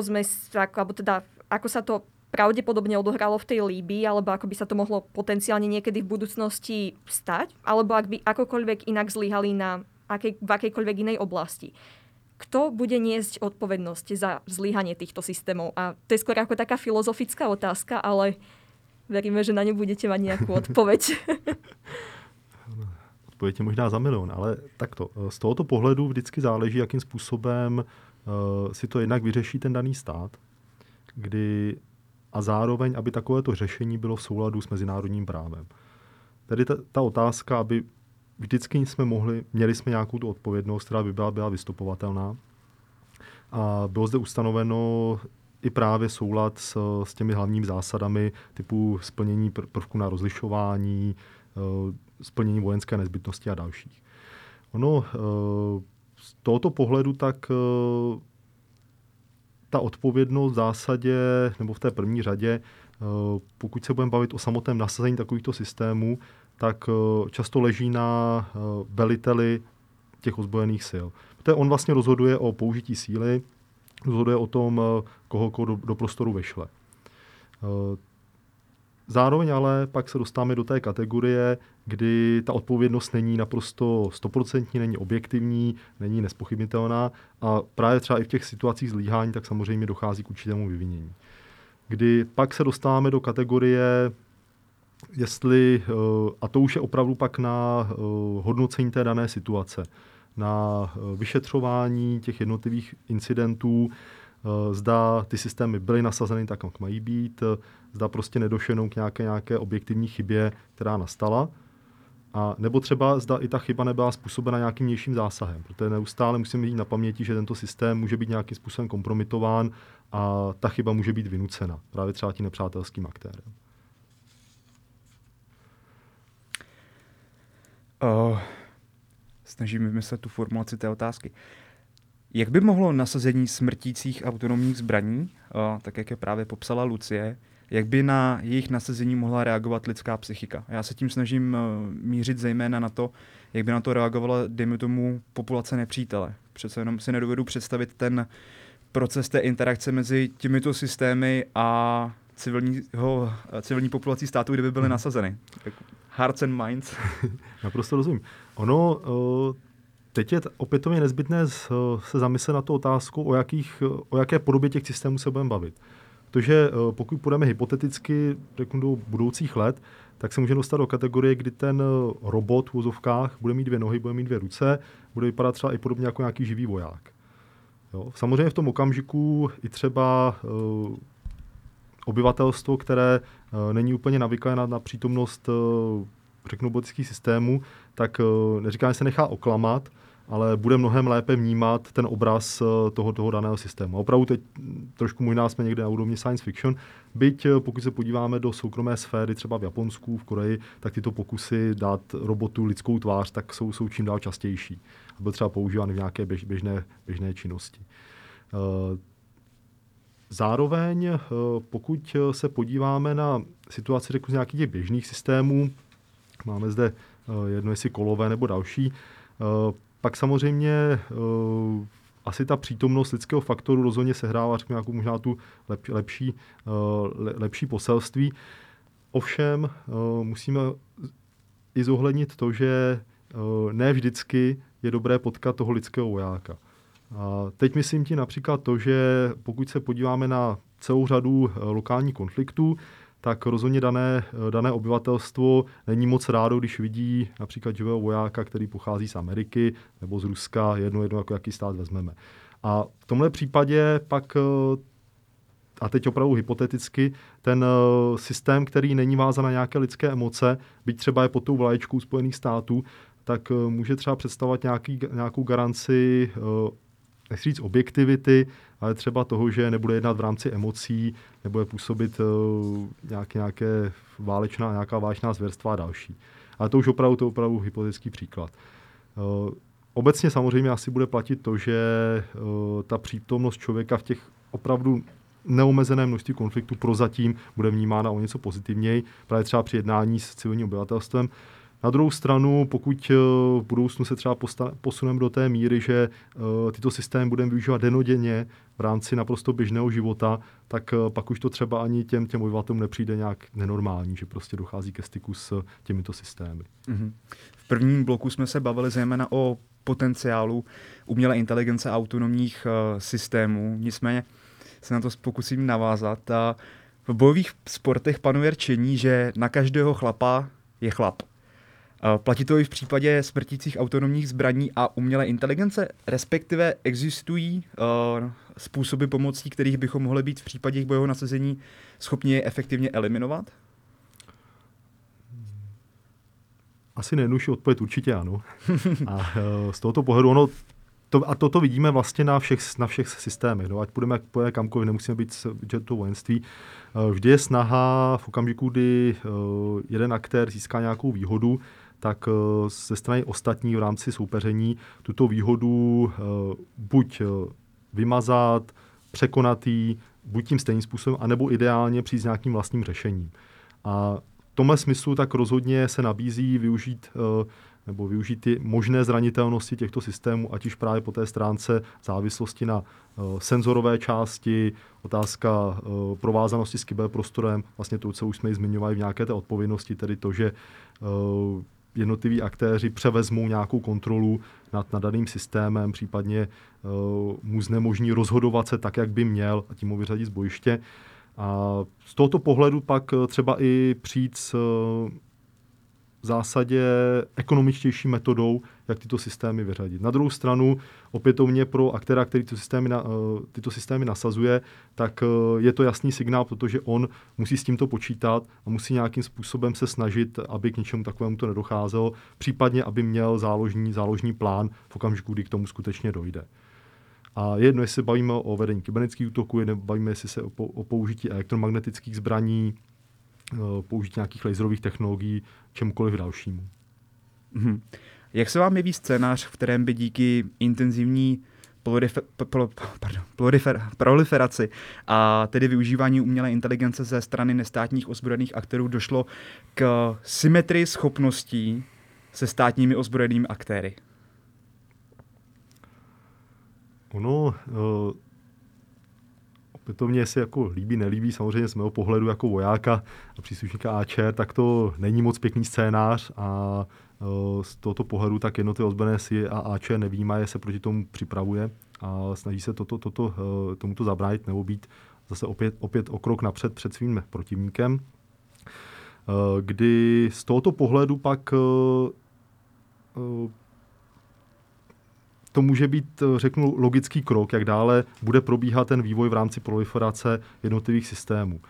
ako sa to pravdepodobne odohralo v tej Líbii, alebo ako by sa to mohlo potenciálne niekedy v budúcnosti stať, alebo ak by akokoľvek inak zlyhali v akejkoľvek inej oblasti. Kto bude niesť odpovednosť za zlyhanie týchto systémov? A to je skôr ako taká filozofická otázka, ale veríme, že na ňu budete mať nejakú odpoveď.
Odpověď je možná za milion, ale takto. Z tohoto pohledu vždycky záleží, jakým způsobem si to jednak vyřeší ten daný stát, a zároveň, aby takovéto řešení bylo v souladu s mezinárodním právem. Tedy ta otázka, aby vždycky měli jsme nějakou tu odpovědnost, která by byla vystupovatelná. A bylo zde ustanoveno i právě soulad s těmi hlavními zásadami typu splnění prvků na rozlišování, splnění vojenské nezbytnosti a dalších. Z tohoto pohledu tak ta odpovědnost v zásadě, nebo v té první řadě, pokud se budeme bavit o samotném nasazení takovýchto systémů, tak často leží na veliteli těch ozbrojených sil. Protože on vlastně rozhoduje o použití síly, rozhoduje o tom, koho do prostoru vešle. Zároveň ale pak se dostáváme do té kategorie, kdy ta odpovědnost není naprosto 100%, není objektivní, není nezpochybnitelná a právě třeba i v těch situacích zlíhání tak samozřejmě dochází k určitému vyvinění. Kdy pak se dostáváme do kategorie, jestli, a to už je opravdu pak na hodnocení té dané situace, na vyšetřování těch jednotlivých incidentů, zda ty systémy byly nasazeny tak, jak mají být, zda prostě nedošlo k nějaké objektivní chybě, která nastala, a nebo třeba zda i ta chyba nebyla způsobena nějakým vnějším zásahem, protože neustále musíme mít na paměti, že tento systém může být nějakým způsobem kompromitován a ta chyba může být vynucena právě třeba tím nepřátelským aktérem.
Snažíme vymyslet tu formulaci té otázky. Jak by mohlo nasazení smrtících autonomních zbraní, tak jak je právě popsala Lucie, jak by na jejich nasazení mohla reagovat lidská psychika? Já se tím snažím mířit zejména na to, jak by na to reagovala, dejme tomu, populace nepřítele. Přece jenom si nedovedu představit ten proces té interakce mezi těmito systémy a civilní populací státu, kde by byly nasazeny. Hearts and minds.
Naprosto rozumím. Teď je opětovně nezbytné se zamyslet na tu otázku, o jaké podobě těch systémů se budeme bavit. Protože pokud půjdeme hypoteticky, řeknu do budoucích let, tak se můžeme dostat do kategorie, kdy ten robot v uvozovkách bude mít 2 nohy, bude mít 2 ruce, bude vypadat třeba i podobně jako nějaký živý voják. Jo? Samozřejmě v tom okamžiku i třeba obyvatelstvo, které není úplně navyklé na přítomnost řeknu robotických systémů, tak neříkám, že se nechá oklamat, ale bude mnohem lépe vnímat ten obraz toho daného systému. A opravdu teď trošku možná jsme někde na úrovni science fiction, byť pokud se podíváme do soukromé sféry, třeba v Japonsku, v Koreji, tak tyto pokusy dát robotu lidskou tvář, tak jsou čím dál častější. A byl třeba používán v nějaké běžné činnosti. Zároveň, pokud se podíváme na situaci z nějakých těch běžných systémů, máme zde jedno jestli kolové nebo další, pak samozřejmě asi ta přítomnost lidského faktoru rozhodně sehrává nějakou možná tu lepší poselství. Ovšem musíme i zohlednit to, že ne vždycky je dobré potkat toho lidského vojáka. A teď myslím ti například to, že pokud se podíváme na celou řadu lokálních konfliktů, tak rozhodně dané obyvatelstvo není moc rádo, když vidí například živého vojáka, který pochází z Ameriky nebo z Ruska, jedno jako jaký stát vezmeme. A v tomhle případě pak, a teď opravdu hypoteticky, ten systém, který není vázan na nějaké lidské emoce, byť třeba je pod tou vlaječkou Spojených států, tak může třeba představovat nějakou garanci, nechci říct objektivity, ale třeba toho, že nebude jednat v rámci emocí, nebude působit nějaká válečná zvěrstva a další. Ale to už opravdu hypotetický příklad. Obecně samozřejmě asi bude platit to, že ta přítomnost člověka v těch opravdu neomezené množství konfliktů prozatím bude vnímána o něco pozitivněji, právě třeba při jednání s civilním obyvatelstvem. Na druhou stranu, pokud v budoucnu se třeba posuneme do té míry, že tyto systémy budeme využívat dennodenně v rámci naprosto běžného života, tak pak už to třeba ani těm obyvatelům nepřijde nějak nenormální, že prostě dochází ke styku s těmito systémy.
V prvním bloku jsme se bavili zejména o potenciálu umělé inteligence a autonomních systémů. Nicméně se na to pokusím navázat. A v bojových sportech panuje rčení, že na každého chlapa je chlap. Platí to i v případě smrtících autonomních zbraní a umělé inteligence, respektive existují způsoby pomocí, kterých bychom mohli být v případě jejich bojového nasazení schopni je efektivně eliminovat?
Asi nejjednodušší odpověď určitě ano. A z tohoto pohledu toto vidíme vlastně na všech systémech. No, ať půjdeme kamkoliv, nemusíme být to vojenství. Vždy je snaha v okamžiku, kdy jeden aktér získá nějakou výhodu, tak ze strany ostatních v rámci soupeření tuto výhodu buď vymazat, překonat ji, buď tím stejným způsobem, anebo ideálně přijít s nějakým vlastním řešením. A v tomhle smyslu tak rozhodně se nabízí využít ty možné zranitelnosti těchto systémů, ať už právě po té stránce závislosti na senzorové části, otázka provázanosti s kyberprostorem, vlastně to, co už jsme zmiňovali v nějaké té odpovědnosti, tedy to, že jednotliví aktéři převezmou nějakou kontrolu nad daným systémem, případně mu znemožní rozhodovat se tak, jak by měl, a tím ho vyřadit z bojiště. A z tohoto pohledu pak třeba i přijít s v zásadě ekonomičtější metodou, jak tyto systémy vyřadit. Na druhou stranu, opětovně pro aktéra, který tyto systémy nasazuje, tak je to jasný signál, protože on musí s tímto počítat a musí nějakým způsobem se snažit, aby k něčemu takovému to nedocházelo, případně, aby měl záložní plán v okamžiku, kdy k tomu skutečně dojde. A jedno, jestli se bavíme o vedení kybernetických útoků, nebo bavíme se o použití elektromagnetických zbraní, použití nějakých laserových technologií, čemukoliv dalšímu.
Jak se vám jeví scénář, v kterém by díky intenzivní proliferaci a tedy využívání umělé inteligence ze strany nestátních ozbrojených aktérů došlo k symetrii schopností se státními ozbrojenými aktéry?
Opětovně se jako líbí, nelíbí, samozřejmě z mého pohledu jako vojáka a příslušníka AČR, tak to není moc pěkný scénář a z tohoto pohledu tak jednotlivé ozbrojené síly a AČR nevyjímaje se proti tomu připravuje a snaží se tomuto zabránit nebo být zase opět o krok napřed před svým protivníkem. Kdy z tohoto pohledu pak to může být, řeknu, logický krok, jak dále bude probíhat ten vývoj v rámci proliferace jednotlivých systémů.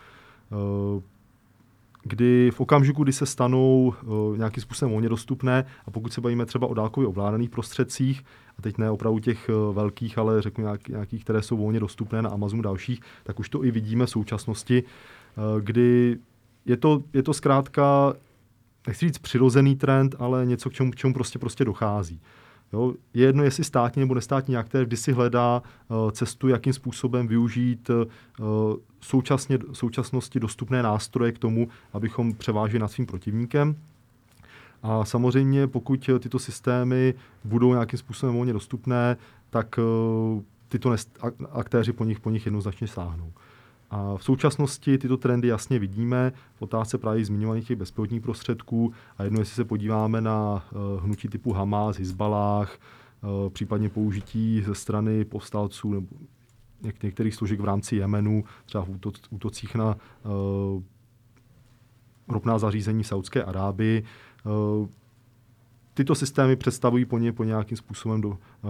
Kdy v okamžiku, kdy se stanou nějakým způsobem volně dostupné, a pokud se bavíme třeba o dálkově ovládaných prostředcích, a teď ne opravdu těch velkých, ale řeknu nějakých, které jsou volně dostupné na Amazonu dalších, tak už to i vidíme v současnosti, kdy je to zkrátka, nechci říct přirozený trend, ale něco, k čemu prostě dochází. Jo, je jedno, jestli státní nebo nestátní aktér vždy si hledá cestu, jakým způsobem využít současnosti dostupné nástroje k tomu, abychom převážili nad svým protivníkem. A samozřejmě, pokud tyto systémy budou nějakým způsobem volně dostupné, tak tyto aktéři po nich jednoznačně sáhnou. A v současnosti tyto trendy jasně vidíme v otázce právě zmiňovaných těch bezpilotních prostředků a jedno, jestli se podíváme na hnutí typu Hamas, Hizbalách, případně použití ze strany povstalců nebo některých složek v rámci Jemenu, třeba v útocích na ropná zařízení v Saudské Arábii. Tyto systémy představují po nějakým způsobem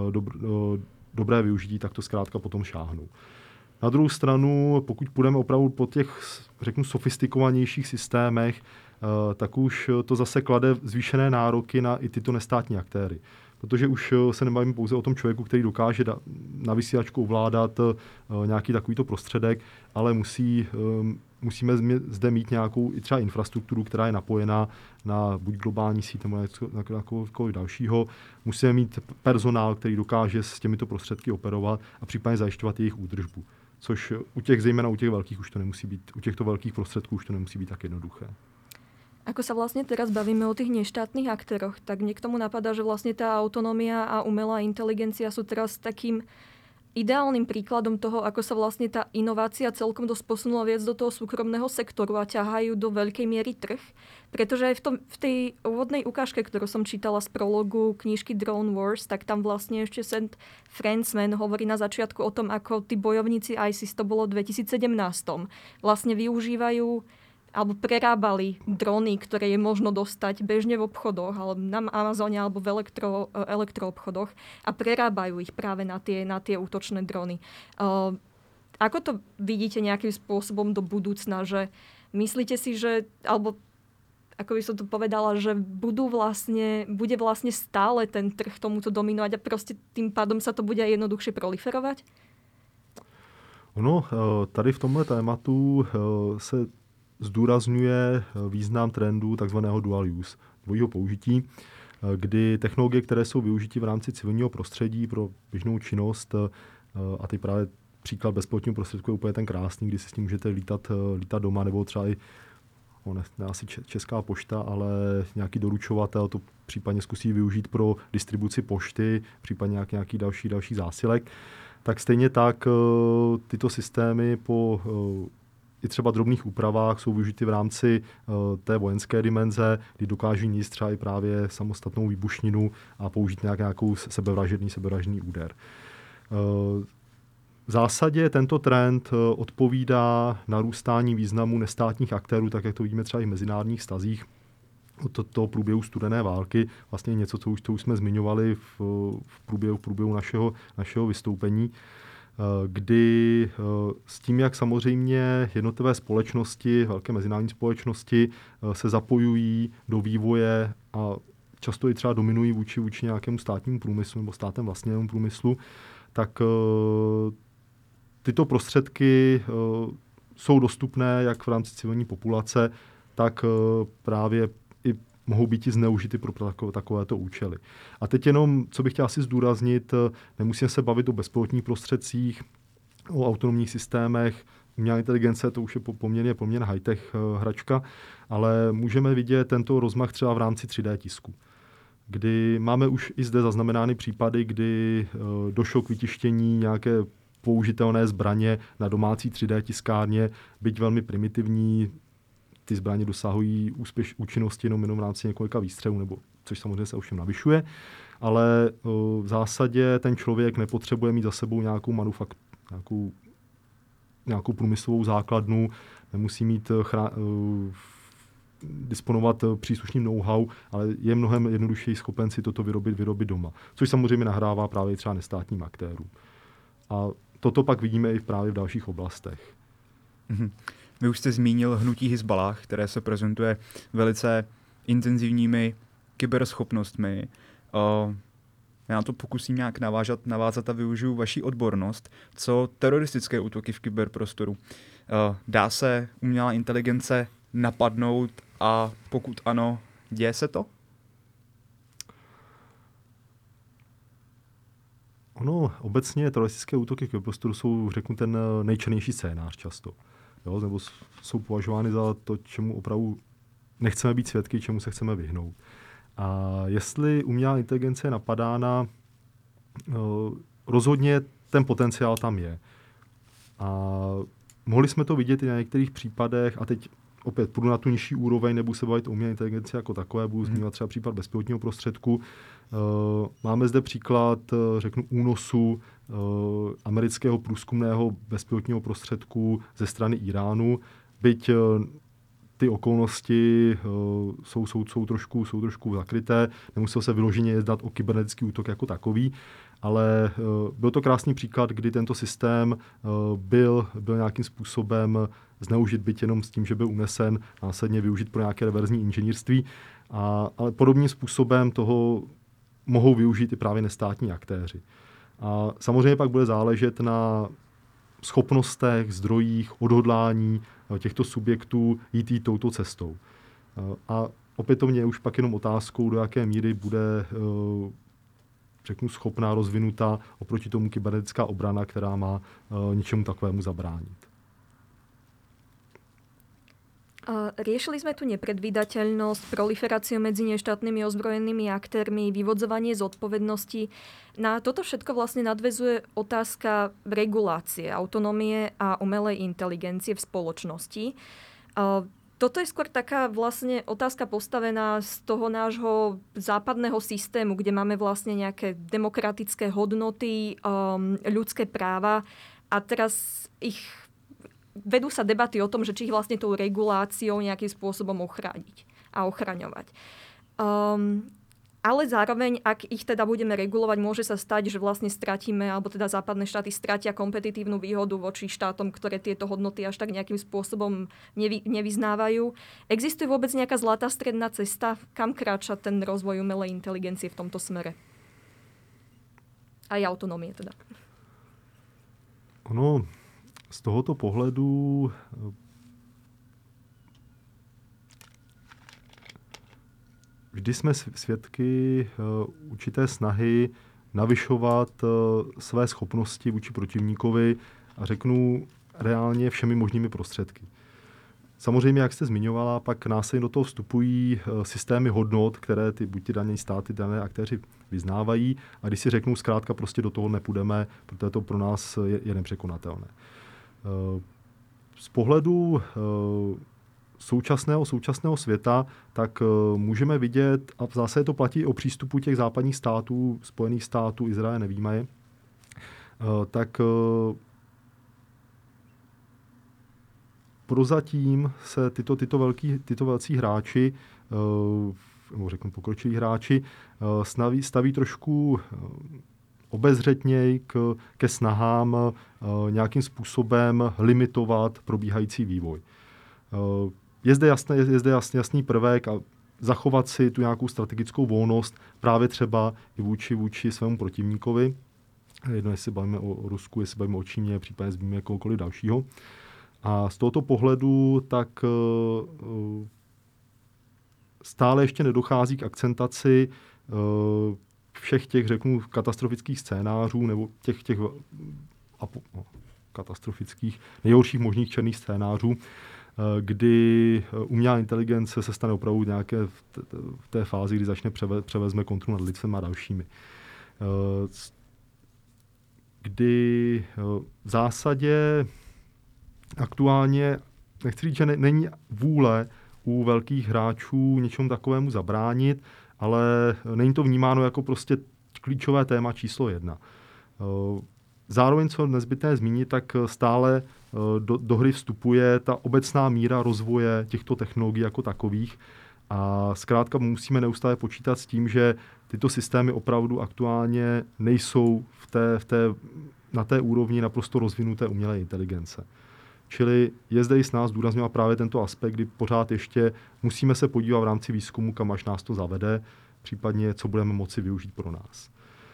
dobré využití, tak to zkrátka potom šáhnou. Na druhou stranu, pokud půjdeme opravdu po těch, řeknu, sofistikovanějších systémech, tak už to zase klade zvýšené nároky na i tyto nestátní aktéry. Protože už se nebavíme pouze o tom člověku, který dokáže na vysílačku ovládat nějaký takovýto prostředek, ale musíme zde mít nějakou i třeba infrastrukturu, která je napojená na buď globální síť nebo na kohokoliv dalšího. Musíme mít personál, který dokáže s těmito prostředky operovat a případně zajišťovat jejich údržbu. Což zejména u těch velkých už to nemusí být, u těchto velkých prostředků už to nemusí být tak jednoduché.
Ako sa vlastne teraz bavíme o tých neštátnych aktéroch, tak mne k tomu napadá, že vlastne tá autonómia a umelá inteligencia sú teraz takým ideálnym príkladom toho, ako sa vlastne tá inovácia celkom dosť posunula viac do toho súkromného sektoru a ťahajú do veľkej miery trh. Pretože aj v tej úvodnej ukážke, ktorú som čítala z prologu knižky Drone Wars, tak tam vlastne ešte St. Franzman hovorí na začiatku o tom, ako tí bojovníci ISIS, to bolo v 2017, vlastne využívajú alebo prerábali drony, ktoré je možno dostať bežne v obchodoch, alebo na Amazone, alebo v elektroobchodoch a prerábajú ich práve na tie útočné drony. Ako to vidíte nejakým spôsobom do budúcna, že myslíte si, že, alebo ako by som to povedala, že bude vlastne stále ten trh tomuto dominovať a proste tým pádom sa to bude aj jednoduchšie proliferovať?
Ono, tady v tomhle tématu se zdůrazňuje význam trendu takzvaného dual use, dvojího použití, kdy technologie, které jsou využity v rámci civilního prostředí pro běžnou činnost, a teď právě příklad bezpilotního prostředku je úplně ten krásný, kdy si s tím můžete lítat doma, nebo třeba i ne asi Česká pošta, ale nějaký doručovatel to případně zkusí využít pro distribuci pošty, případně nějaký další zásilek. Tak stejně tak tyto systémy po i třeba drobných úpravách jsou využity v rámci té vojenské dimenze, kdy dokáží níst třeba i právě samostatnou výbušninu a použít nějakou sebevražedný úder. V zásadě tento trend odpovídá narůstání významu nestátních aktérů, tak jak to vidíme třeba i v mezinárodních vztazích od toho průběhu studené války. Vlastně něco, co už jsme zmiňovali v průběhu našeho vystoupení, kdy s tím, jak samozřejmě jednotlivé společnosti, velké mezinárodní společnosti se zapojují do vývoje a často i třeba dominují vůči nějakému státnímu průmyslu nebo státem vlastněnému průmyslu, tak tyto prostředky jsou dostupné jak v rámci civilní populace, tak právě i mohou být i zneužity pro takovéto účely. A teď jenom, co bych chtěl asi zdůraznit, nemusíme se bavit o bezpilotních prostředcích, o autonomních systémech, umělá inteligence, to už je poměrně high-tech hračka, ale můžeme vidět tento rozmach třeba v rámci 3D tisku, kdy máme už i zde zaznamenány případy, kdy došlo k vytištění nějaké použitelné zbraně na domácí 3D tiskárně, byť velmi primitivní. Ty zbraně dosahují účinnosti jenom v rámci několika výstřelů, což samozřejmě se ovšem navyšuje, ale v zásadě ten člověk nepotřebuje mít za sebou nějakou průmyslovou základnu, nemusí mít disponovat příslušným know-how, ale je mnohem jednodušeji schopen si toto vyrobit doma, což samozřejmě nahrává právě třeba nestátním aktérům. A toto pak vidíme i právě v dalších oblastech.
Mm-hmm. Vy už jste zmínil hnutí Hizballah, které se prezentuje velice intenzivními kyberschopnostmi. Já na to pokusím nějak navázat a využiju vaši odbornost. Co teroristické útoky v kyberprostoru? Dá se umělá inteligence napadnout a pokud ano, děje se to?
Ono, obecně teroristické útoky v kyberprostoru jsou, řeknu, ten nejčernější scénář často. Jo, nebo jsou považovány za to, čemu opravdu nechceme být svědky, čemu se chceme vyhnout. A jestli umělá inteligence je napadána, rozhodně ten potenciál tam je. A mohli jsme to vidět i na některých případech, a teď opět půjdu na tu nižší úroveň, nebudu se bavit o umělé inteligenci jako takové, budu zmiňovat třeba případ bezpilotního prostředku. Máme zde příklad, řeknu, únosu amerického průzkumného bezpilotního prostředku ze strany Iránu. Byť ty okolnosti jsou trošku zakryté. Nemusel se vyloženě jednat o kybernetický útok jako takový, ale byl to krásný příklad, kdy tento systém byl nějakým způsobem zneužit, byť jenom s tím, že byl unesen, následně využit pro nějaké reverzní inženýrství. Ale podobným způsobem toho mohou využít i právě nestátní aktéři. A samozřejmě pak bude záležet na schopnostech, zdrojích, odhodlání těchto subjektů jít touto cestou. A opětovně už pak jenom otázkou, do jaké míry bude schopná, rozvinutá oproti tomu kybernetická obrana, která má něčemu takovému zabránit.
Riešili sme tu nepredvídateľnosť, proliferáciu medzi neštátnymi ozbrojenými aktérmi, vyvodzovanie zodpovednosti. Na toto všetko vlastne nadväzuje otázka regulácie, autonómie a umelej inteligencie v spoločnosti. Toto je skôr taká vlastne otázka postavená z toho nášho západného systému, kde máme vlastne nejaké demokratické hodnoty, ľudské práva a teraz vedú sa debaty o tom, že či ich vlastne tou reguláciou nejakým spôsobom ochrániť a ochraňovať. Ale zároveň, ak ich teda budeme regulovať, môže sa stať, že vlastne stratíme, alebo teda západné štáty stratia kompetitívnu výhodu voči štátom, ktoré tieto hodnoty až tak nejakým spôsobom nevyznávajú. Existuje vôbec nejaká zlatá stredná cesta, kam kráča ten rozvoj umelej inteligencie v tomto smere? Aj autonómie teda.
Z tohoto pohledu vždy jsme svědky určité snahy navyšovat své schopnosti vůči protivníkovi a řeknu reálně všemi možnými prostředky. Samozřejmě, jak jste zmiňovala, pak následně do toho vstupují systémy hodnot, které buď ty dané státy, dané aktéři vyznávají a když si řeknou zkrátka prostě do toho nepůjdeme, protože to pro nás je nepřekonatelné. Z pohledu současného světa, tak můžeme vidět, a v zásadě to platí o přístupu těch západních států, Spojených států, Izraele nevyjímaje, tak prozatím se tyto velcí hráči, nebo řeknu pokročilí hráči, staví trošku obezřetněji ke snahám nějakým způsobem limitovat probíhající vývoj. Je zde jasný prvek a zachovat si tu nějakou strategickou volnost právě třeba i vůči svému protivníkovi. Jedno, jestli bavíme o Rusku, jestli bavíme o Číně, případně zmíníme kohokoliv dalšího. A z tohoto pohledu tak stále ještě nedochází k akcentaci všech těch, řeknu, katastrofických scénářů nebo těch katastrofických, nejhorších možných černých scénářů, kdy umělá inteligence se stane opravdu nějaké v té fázi, kdy začne převezme kontrolu nad lidstvem a dalšími. Kdy v zásadě aktuálně, nechci říct, že není vůle u velkých hráčů něčemu takovému zabránit, ale není to vnímáno jako prostě klíčové téma číslo 1. Zároveň, co nezbytné zmínit, tak stále do hry vstupuje ta obecná míra rozvoje těchto technologií jako takových a zkrátka musíme neustále počítat s tím, že tyto systémy opravdu aktuálně nejsou na té úrovni naprosto rozvinuté umělé inteligence. Čili je zde i s nás zdůrazňovat právě tento aspekt, kdy pořád ještě musíme se podívat v rámci výzkumu, kam až nás to zavede, případně co budeme moci využít pro nás.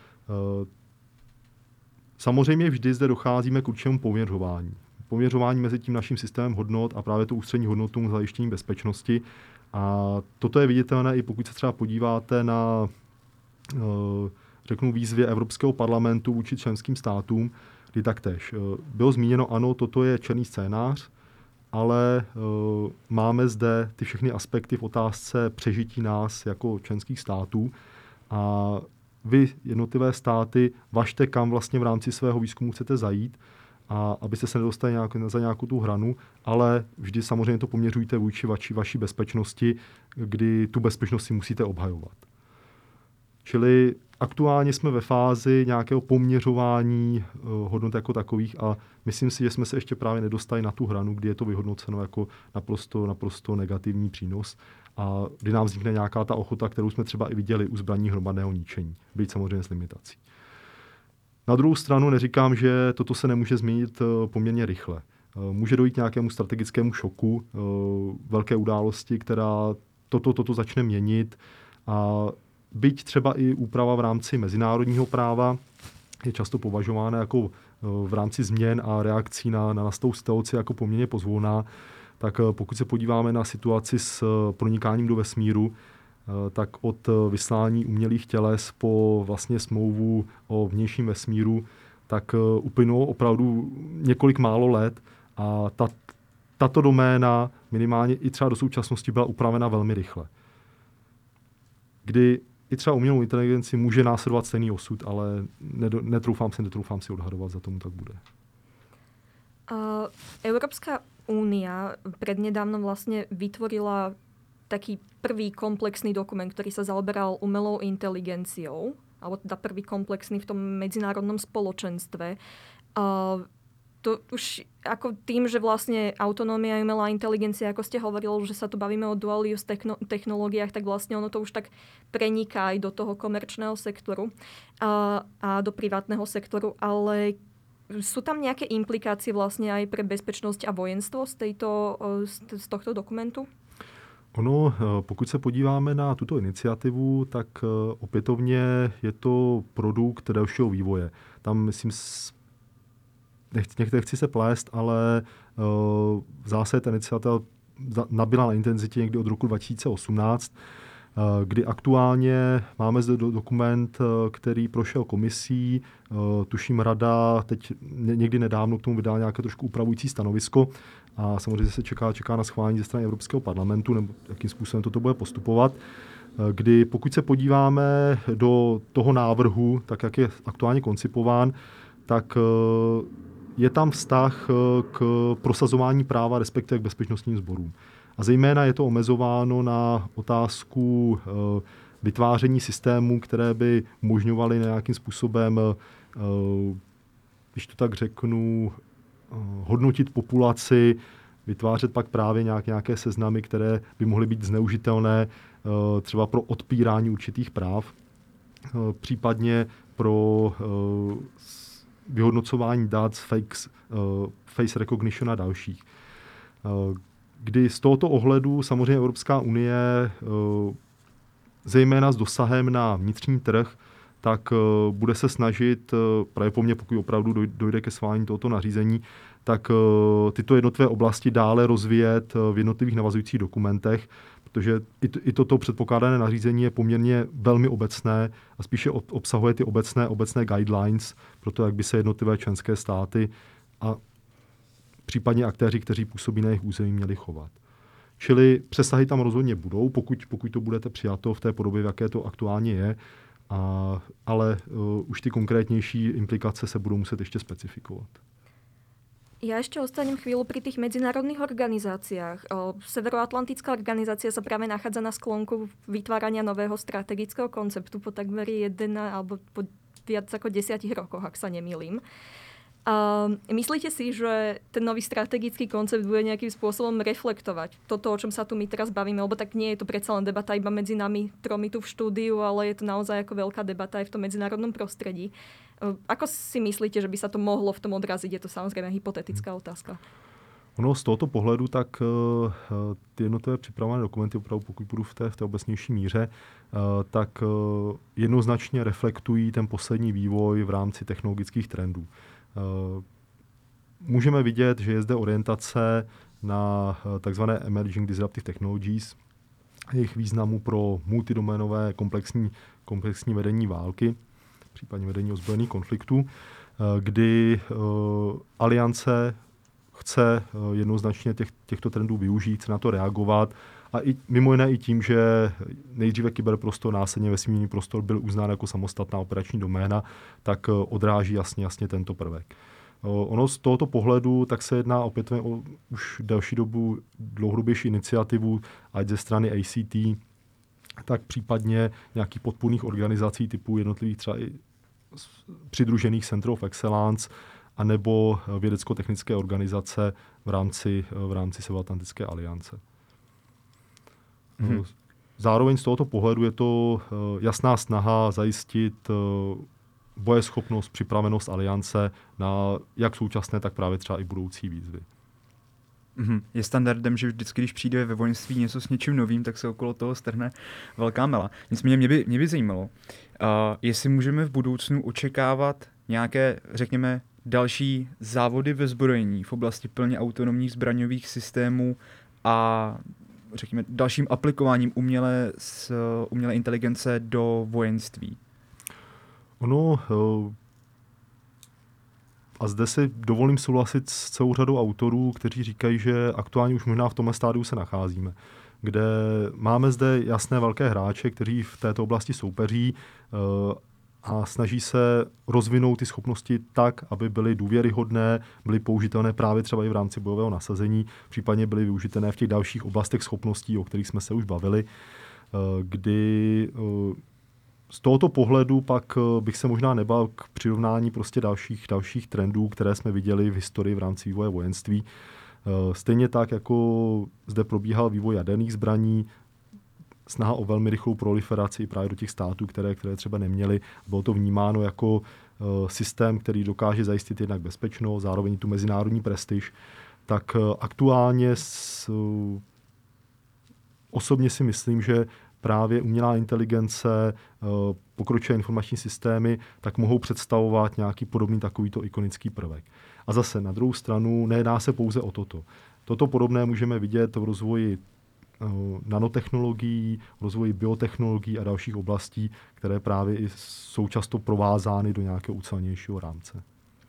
Samozřejmě vždy zde docházíme k určitému poměřování. Poměřování mezi tím naším systémem hodnot a právě tou ústřední hodnotou zajištění bezpečnosti. A toto je viditelné i pokud se třeba podíváte na řeknu výzvě Evropského parlamentu vůči členským státům, kdy taktéž bylo zmíněno, ano, toto je černý scénář, ale máme zde ty všechny aspekty v otázce přežití nás jako členských států a vy, jednotlivé státy, važte, kam vlastně v rámci svého výzkumu chcete zajít, a abyste se nedostali za nějakou tu hranu, ale vždy samozřejmě to poměřujte vůči vaší bezpečnosti, kdy tu bezpečnost si musíte obhajovat. Čili aktuálně jsme ve fázi nějakého poměřování hodnot jako takových a myslím si, že jsme se ještě právě nedostali na tu hranu, kdy je to vyhodnoceno jako naprosto negativní přínos a kdy nám vznikne nějaká ta ochota, kterou jsme třeba i viděli u zbraní hromadného ničení, byť samozřejmě s limitací. Na druhou stranu neříkám, že toto se nemůže změnit poměrně rychle. Může dojít k nějakému strategickému šoku, velké události, která toto začne měnit a byť třeba i úprava v rámci mezinárodního práva je často považována jako v rámci změn a reakcí na nastalou situaci jako poměrně pozvolná, tak pokud se podíváme na situaci s pronikáním do vesmíru, tak od vyslání umělých těles po vlastně smlouvu o vnějším vesmíru, tak uplynulo opravdu několik málo let a tato doména minimálně i třeba do současnosti byla upravena velmi rychle. Kdy i třeba umělou inteligenci může následovat stejný osud, ale netroufám si odhadovat, za tomu tak bude.
Európska únia prednedávnom vlastne vytvorila taký prvý komplexný dokument, ktorý sa zaoberal umelou inteligenciou, alebo teda prvý komplexný v tom medzinárodnom spoločenstve. To už ako tým, že vlastne autonómia a umelá inteligencia, ako ste hovorili, že sa tu bavíme o dual use technológiách, tak vlastne ono to už tak preniká aj do toho komerčného sektoru a do privátneho sektoru, ale sú tam nejaké implikácie vlastne aj pre bezpečnosť a vojenstvo z tohto dokumentu?
Ono, pokud se podíváme na tuto iniciativu, tak opětovně je to produkt dalšího vývoje. Tam, myslím, nechci se plést, ale v zásadě ta iniciativa nabyla na intenzitě někdy od roku 2018, kdy aktuálně máme zde dokument, který prošel komisí, tuším rada teď někdy nedávno k tomu vydala nějaké trošku upravující stanovisko a samozřejmě se čeká na schválení ze strany Evropského parlamentu, nebo jakým způsobem toto bude postupovat, kdy pokud se podíváme do toho návrhu, tak jak je aktuálně koncipován, tak je tam vztah k prosazování práva, respektive k bezpečnostním sborům. A zejména je to omezováno na otázku vytváření systémů, které by umožňovaly nějakým způsobem, když to tak řeknu, hodnotit populaci, vytvářet pak právě nějaké seznamy, které by mohly být zneužitelné třeba pro odpírání určitých práv, případně pro vyhodnocování dat, face recognition a dalších. Kdy z tohoto ohledu samozřejmě Evropská unie, zejména s dosahem na vnitřní trh, tak bude se snažit, pravděpodobně pokud opravdu dojde ke schválení tohoto nařízení, tak tyto jednotlivé oblasti dále rozvíjet v jednotlivých navazujících dokumentech, protože i toto předpokládané nařízení je poměrně velmi obecné a spíše obsahuje ty obecné guidelines pro to, jak by se jednotlivé členské státy a případně aktéři, kteří působí na jejich území, měli chovat. Čili přesahy tam rozhodně budou, pokud to budete přijato v té podobě, v jaké to aktuálně je, ale už ty konkrétnější implikace se budou muset ještě specifikovat.
Ja ešte ostanem chvíľu pri tých medzinárodných organizáciách. Severoatlantická organizácia sa práve nachádza na sklonku vytvárania nového strategického konceptu po takmer 1 alebo po viac ako 10 rokoch, ak sa nemýlim. Myslíte si, že ten nový strategický koncept bude nejakým spôsobom reflektovať toto, o čom sa tu my teraz bavíme? Lebo tak nie je to predsa len debata iba medzi nami tromi tu v štúdiu, ale je to naozaj ako veľká debata aj v tom medzinárodnom prostredí. Ako si myslíte, že by sa to mohlo v tom odraziť? Je to samozrejme hypotetická otázka.
Ono z tohoto pohledu, tak ty jednotlivé připravené dokumenty, opravdu pokud budu v té obecnější míře, tak jednoznačně reflektují ten poslední vývoj v rámci technologických trendů. Můžeme vidět, že je zde orientace na takzvané emerging disruptive technologies, jejich významu pro multidoménové komplexní vedení války, případně vedení ozbrojených konfliktů, kdy aliance chce jednoznačně těchto trendů využít, chce na to reagovat a mimo jiné i tím, že nejdříve kyberprostor, následně vesmírný prostor byl uznán jako samostatná operační doména, tak odráží jasně tento prvek. Ono z tohoto pohledu tak se jedná opětovně o už delší dobu dlouhodobější iniciativu, ať ze strany ACT, tak případně nějakých podpůrných organizací typu jednotlivých třeba i přidružených Center of Excellence anebo vědecko-technické organizace v rámci Severoatlantické aliance. Zároveň z tohoto pohledu je to jasná snaha zajistit bojeschopnost, připravenost aliance na jak současné, tak právě třeba i budoucí výzvy.
Je standardem, že vždycky, když přijde ve vojenství něco s něčím novým, tak se okolo toho strhne velká mela. Nicméně mě by zajímalo, jestli můžeme v budoucnu očekávat nějaké, řekněme, další závody ve zbrojení v oblasti plně autonomních zbraňových systémů a řekněme dalším aplikováním umělé inteligence do vojenství.
A zde si dovolím souhlasit s celou řadou autorů, kteří říkají, že aktuálně už možná v tomhle stádiu se nacházíme, kde máme zde jasné velké hráče, kteří v této oblasti soupeří a snaží se rozvinout ty schopnosti tak, aby byly důvěryhodné, byly použitelné právě třeba i v rámci bojového nasazení, případně byly využitelné v těch dalších oblastech schopností, o kterých jsme se už bavili, kdy z tohoto pohledu pak bych se možná nebal k přirovnání prostě dalších trendů, které jsme viděli v historii v rámci vývoje vojenství. Stejně tak, jako zde probíhal vývoj jaderných zbraní, snaha o velmi rychlou proliferaci právě do těch států, které třeba neměly. Bylo to vnímáno jako systém, který dokáže zajistit jednak bezpečnost, zároveň tu mezinárodní prestiž. Tak aktuálně osobně si myslím, že právě umělá inteligence, pokročilé informační systémy, tak mohou představovat nějaký podobný takovýto ikonický prvek. A zase na druhou stranu nejedná se pouze o toto. Toto podobné můžeme vidět v rozvoji nanotechnologií, v rozvoji biotechnologií a dalších oblastí, které právě jsou často provázány do nějakého ucelenějšího rámce.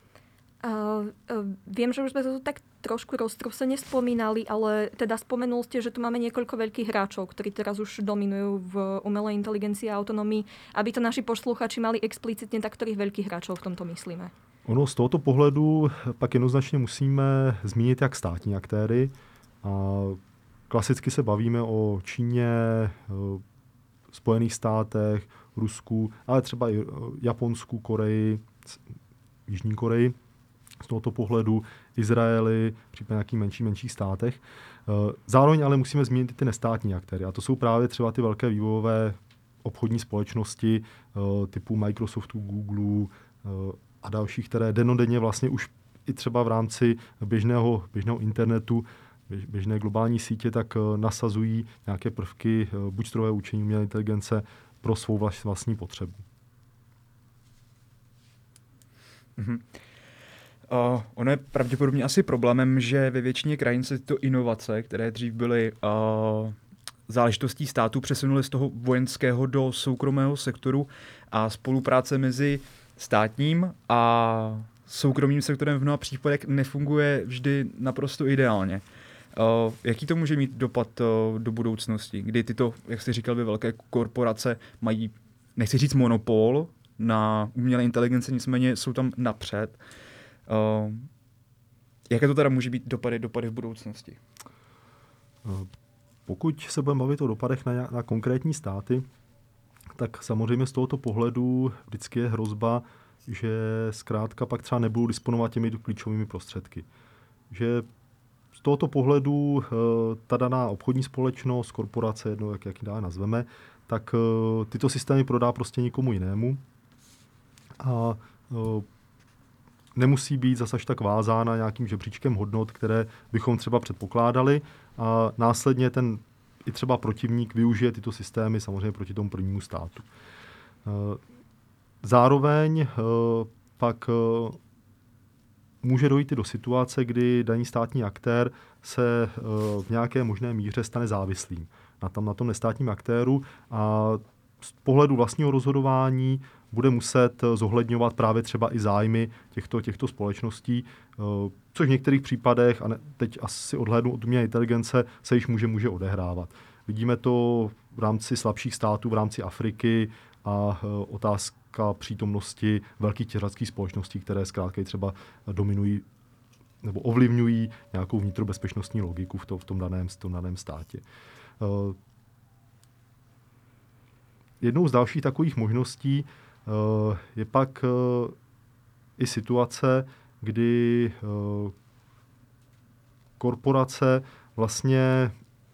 Viem, že už sme to tu tak trošku roztrúsene spomínali, ale teda spomenul ste, že tu máme niekoľko veľkých hráčov, ktorí teraz už dominujú v umelej inteligencii a autonomii. Aby to naši posluchači mali explicitne, tak ktorých veľkých hráčov v tomto myslíme?
Z tohoto pohledu pak jednoznačně musíme zmínit jak státní aktéry. Klasicky se bavíme o Číně, Spojených státech, Rusku, ale třeba i Japonsku, Koreji, Jižní Koreji. Z tohoto pohledu Izraeli, případně nějakých menších státech. Zároveň ale musíme zmínit i ty nestátní aktéry. A to jsou právě třeba ty velké vývojové obchodní společnosti typu Microsoftu, Google a dalších, které dennodenně vlastně už i třeba v rámci běžného internetu, běžné globální sítě, tak nasazují nějaké prvky buď strojové učení, umělé inteligence pro svou vlastní potřebu.
Ono je pravděpodobně asi problémem, že ve většině krajin se tyto inovace, které dřív byly záležitostí státu, přesunuly z toho vojenského do soukromého sektoru a spolupráce mezi státním a soukromým sektorem v mnoha případech nefunguje vždy naprosto ideálně. Jaký to může mít dopad do budoucnosti, kdy tyto, jak jste říkal, velké korporace mají, nechci říct monopol na umělé inteligence, nicméně jsou tam napřed. Jaké to teda může být dopady v budoucnosti?
Pokud se budeme bavit o dopadech na konkrétní státy, tak samozřejmě z tohoto pohledu vždycky je hrozba, že zkrátka pak třeba nebudou disponovat těmi klíčovými prostředky. Že z tohoto pohledu ta daná obchodní společnost, korporace, jedno jak ji dále nazveme, tak tyto systémy prodá prostě nikomu jinému a nemusí být zase až tak vázána nějakým žebříčkem hodnot, které bychom třeba předpokládali a následně ten i třeba protivník využije tyto systémy samozřejmě proti tomu prvnímu státu. Zároveň pak může dojít i do situace, kdy daný státní aktér se v nějaké možné míře stane závislým na tom nestátním aktéru a z pohledu vlastního rozhodování bude muset zohledňovat právě třeba i zájmy těchto společností, což v některých případech, a teď asi odhlédnu od umělé inteligence, se již může odehrávat. Vidíme to v rámci slabších států, v rámci Afriky a otázka přítomnosti velkých těžařských společností, které zkrátka třeba dominují nebo ovlivňují nějakou vnitrobezpečnostní logiku v tom daném státě. jednou z dalších takových možností je pak i situace, kdy korporace vlastně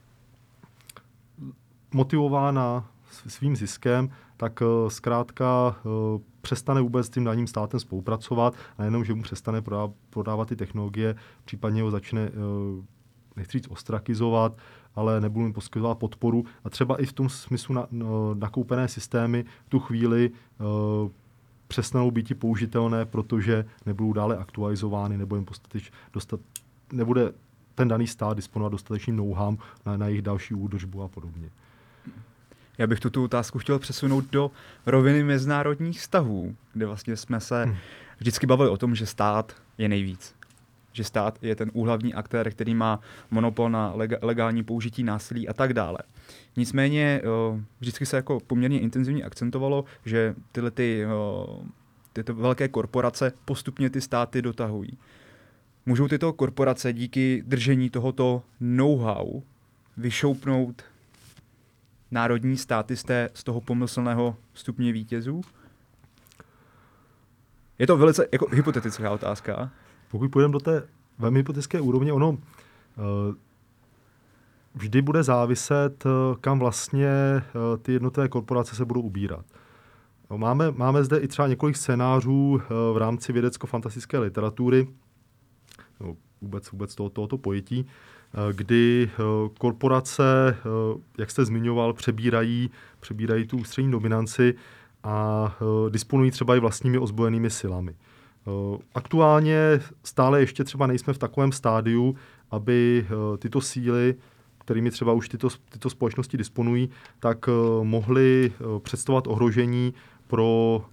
motivována svým ziskem, tak zkrátka přestane vůbec s tím daním státem spolupracovat a jenom, že mu přestane prodávat ty technologie, případně ho začne, nechci říct ostrakizovat, ale nebudu jim poskytovat podporu a třeba i v tom smyslu nakoupené systémy v tu chvíli přestanou být použitelné, protože nebudou dále aktualizovány nebo jim nebude ten daný stát disponovat dostatečným know-how na jejich další údržbu a podobně.
Já bych tuto otázku chtěl přesunout do roviny mezinárodních vztahů, kde vlastně jsme se vždycky bavili o tom, že stát je nejvíc. Že stát je ten úhlavní aktér, který má monopol na legální použití násilí a tak dále. Nicméně vždycky se jako poměrně intenzivně akcentovalo, že tyto velké korporace postupně ty státy dotahují. Můžou tyto korporace díky držení tohoto know-how vyšoupnout národní státy z toho pomyslného stupně vítězů? Je to velice jako hypotetická otázka.
Pokud půjdeme do té velmi hypotetické úrovně, ono vždy bude záviset, kam vlastně ty jednotlivé korporace se budou ubírat. Máme zde i třeba několik scénářů v rámci vědecko-fantastické literatury, vůbec tohoto pojetí, kdy korporace, jak jste zmiňoval, přebírají tu ústřední dominanci a disponují třeba i vlastními ozbrojenými silami. Aktuálně stále ještě třeba nejsme v takovém stádiu, aby tyto síly, kterými třeba už tyto společnosti disponují, tak mohly představovat ohrožení pro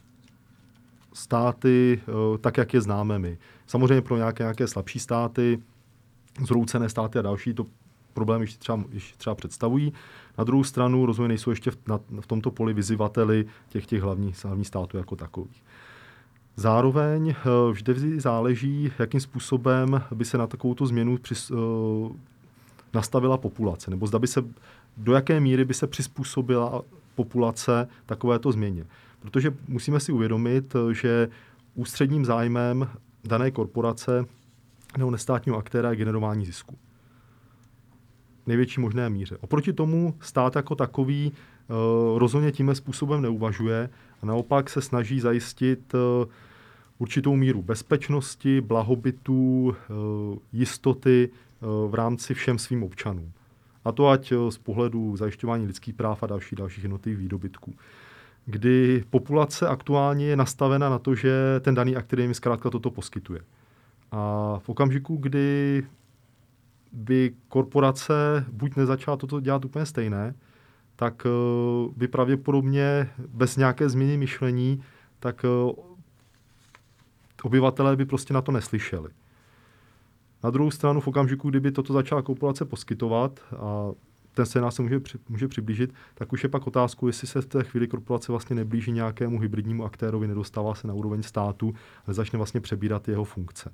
státy tak, jak je známe my. Samozřejmě pro nějaké slabší státy, zroucené státy a další to problémy ještě třeba představují. Na druhou stranu rozhodně nejsou ještě v tomto poli vyzývateli těch hlavních států jako takových. Zároveň vždy záleží, jakým způsobem by se na takovouto změnu nastavila populace, nebo do jaké míry by se přizpůsobila populace takovéto změně. Protože musíme si uvědomit, že ústředním zájmem dané korporace nebo nestátního aktéra je generování zisku. Největší možné míře. Oproti tomu stát jako takový rozhodně tímhle způsobem neuvažuje a naopak se snaží zajistit určitou míru bezpečnosti, blahobytu, jistoty v rámci všem svým občanům. A to ať z pohledu zajišťování lidských práv a dalších jednotlivých výdobytků. Kdy populace aktuálně je nastavena na to, že ten daný aktér jim zkrátka toto poskytuje. A v okamžiku, kdy by korporace buď nezačala toto dělat úplně stejné, tak by pravděpodobně bez nějaké změny myšlení, tak obyvatelé by prostě na to neslyšeli. Na druhou stranu, v okamžiku, kdyby toto začala korporace poskytovat a ten scénář se může přiblížit, tak už je pak otázku, jestli se v té chvíli korporace vlastně neblíží nějakému hybridnímu aktérovi, nedostává se na úroveň státu, ale začne vlastně přebírat jeho funkce.